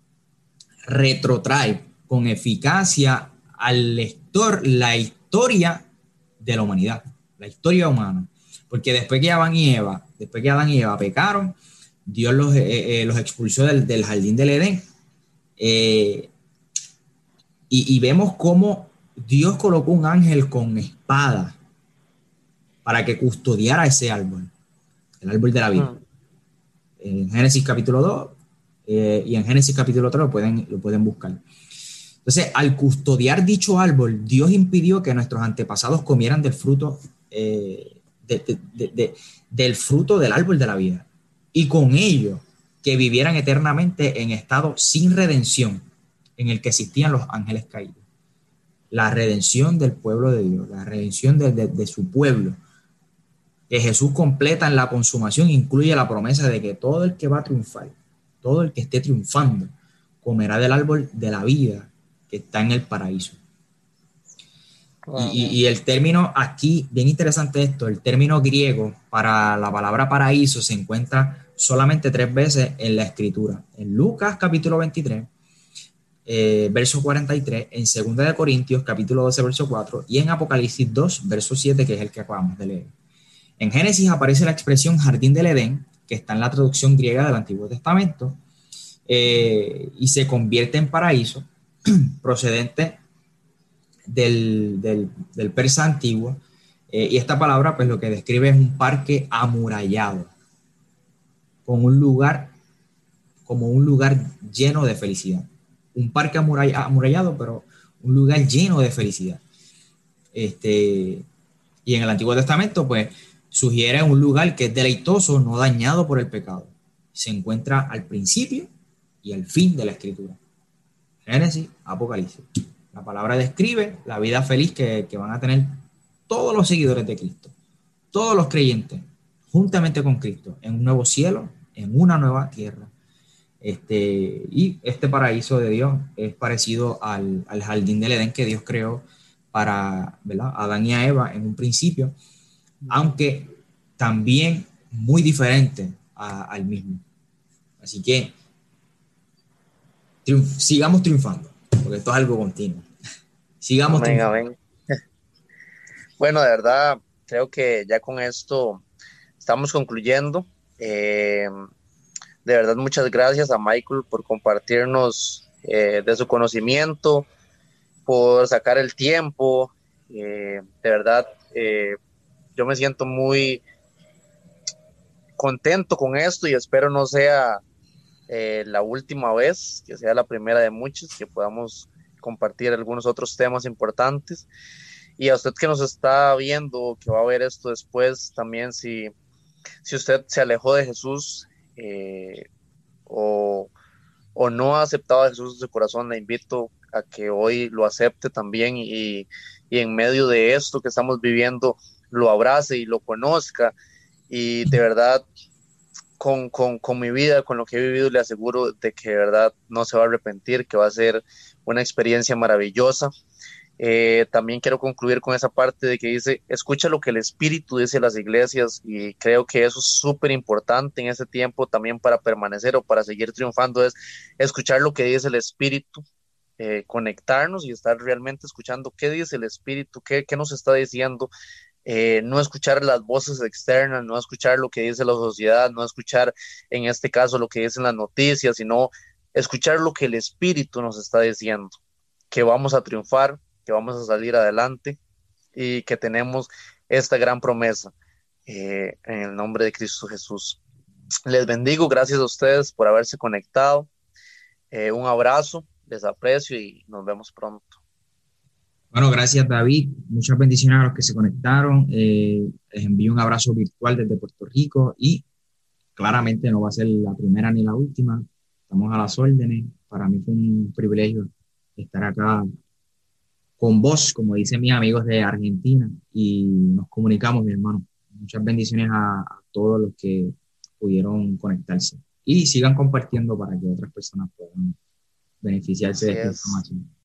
retrotrae con eficacia al lector la historia de la humanidad, la historia humana. Porque después que Adán y Eva, después que Adán y Eva pecaron, Dios los, eh, eh, los expulsó del, del jardín del Edén. Eh, y, y vemos cómo Dios colocó un ángel con espada para que custodiara ese árbol, el árbol de la vida. En Génesis capítulo dos eh, y en Génesis capítulo tres lo pueden, lo pueden buscar. Entonces, al custodiar dicho árbol, Dios impidió que nuestros antepasados comieran del fruto, eh, de, de, de, de, del fruto del árbol de la vida. Y con ello, que vivieran eternamente en estado sin redención, en el que existían los ángeles caídos. La redención del pueblo de Dios, la redención de, de, de su pueblo, que Jesús completa en la consumación, incluye la promesa de que todo el que va a triunfar, todo el que esté triunfando, comerá del árbol de la vida que está en el paraíso. Y, y, y el término aquí, bien interesante esto, el término griego para la palabra paraíso se encuentra solamente tres veces en la escritura. En Lucas capítulo veintitrés, eh, verso cuarenta y tres, en segunda de Corintios capítulo doce, verso cuatro, y en Apocalipsis dos, verso siete, que es el que acabamos de leer. En Génesis aparece la expresión jardín del Edén, que está en la traducción griega del Antiguo Testamento, eh, y se convierte en paraíso, procedente del, del, del persa antiguo, eh, y esta palabra pues lo que describe es un parque amurallado, con un lugar, como un lugar lleno de felicidad. Un parque amurallado, pero un lugar lleno de felicidad. Este, y en el Antiguo Testamento pues sugiere un lugar que es deleitoso, no dañado por el pecado. Se encuentra al principio y al fin de la Escritura. Génesis, Apocalipsis. La palabra describe la vida feliz que, que van a tener todos los seguidores de Cristo, todos los creyentes, juntamente con Cristo, en un nuevo cielo, en una nueva tierra. Este, y este paraíso de Dios es parecido al, al jardín del Edén que Dios creó para, ¿verdad?, Adán y a Eva en un principio, aunque también muy diferente a, al mismo. Así que triunf- sigamos triunfando, porque esto es algo continuo. Sigamos Amén, triunfando. amén. Bueno, de verdad, creo que ya con esto estamos concluyendo. Eh, de verdad, muchas gracias a Michael por compartirnos eh, de su conocimiento, por sacar el tiempo. Eh, de verdad, eh, yo me siento muy contento con esto y espero no sea eh, la última vez, que sea la primera de muchas, que podamos compartir algunos otros temas importantes. Y a usted que nos está viendo, que va a ver esto después, también si, si usted se alejó de Jesús eh, o, o no ha aceptado a Jesús en su corazón, le invito a que hoy lo acepte también y, y en medio de esto que estamos viviendo, lo abrace y lo conozca. Y de verdad, con, con, con mi vida, con lo que he vivido, le aseguro de que de verdad no se va a arrepentir, que va a ser una experiencia maravillosa. Eh, también quiero concluir con esa parte de que dice, escucha lo que el Espíritu dice a las iglesias y creo que eso es súper importante en este tiempo también para permanecer o para seguir triunfando, es escuchar lo que dice el Espíritu, eh, conectarnos y estar realmente escuchando qué dice el Espíritu, qué, qué nos está diciendo, eh, no escuchar las voces externas, no escuchar lo que dice la sociedad, no escuchar en este caso lo que dicen las noticias, sino escuchar lo que el Espíritu nos está diciendo, que vamos a triunfar, que vamos a salir adelante y que tenemos esta gran promesa eh, en el nombre de Cristo Jesús. Les bendigo, gracias a ustedes por haberse conectado. Eh, un abrazo, les aprecio y nos vemos pronto. Bueno, gracias David, muchas bendiciones a los que se conectaron. Eh, les envío un abrazo virtual desde Puerto Rico y claramente no va a ser la primera ni la última. Estamos a las órdenes. Para mí fue un privilegio estar acá con vos, como dicen mis amigos de Argentina, y nos comunicamos, mi hermano. Muchas bendiciones a, a todos los que pudieron conectarse. Y sigan compartiendo para que otras personas puedan beneficiarse de Así esta es. información.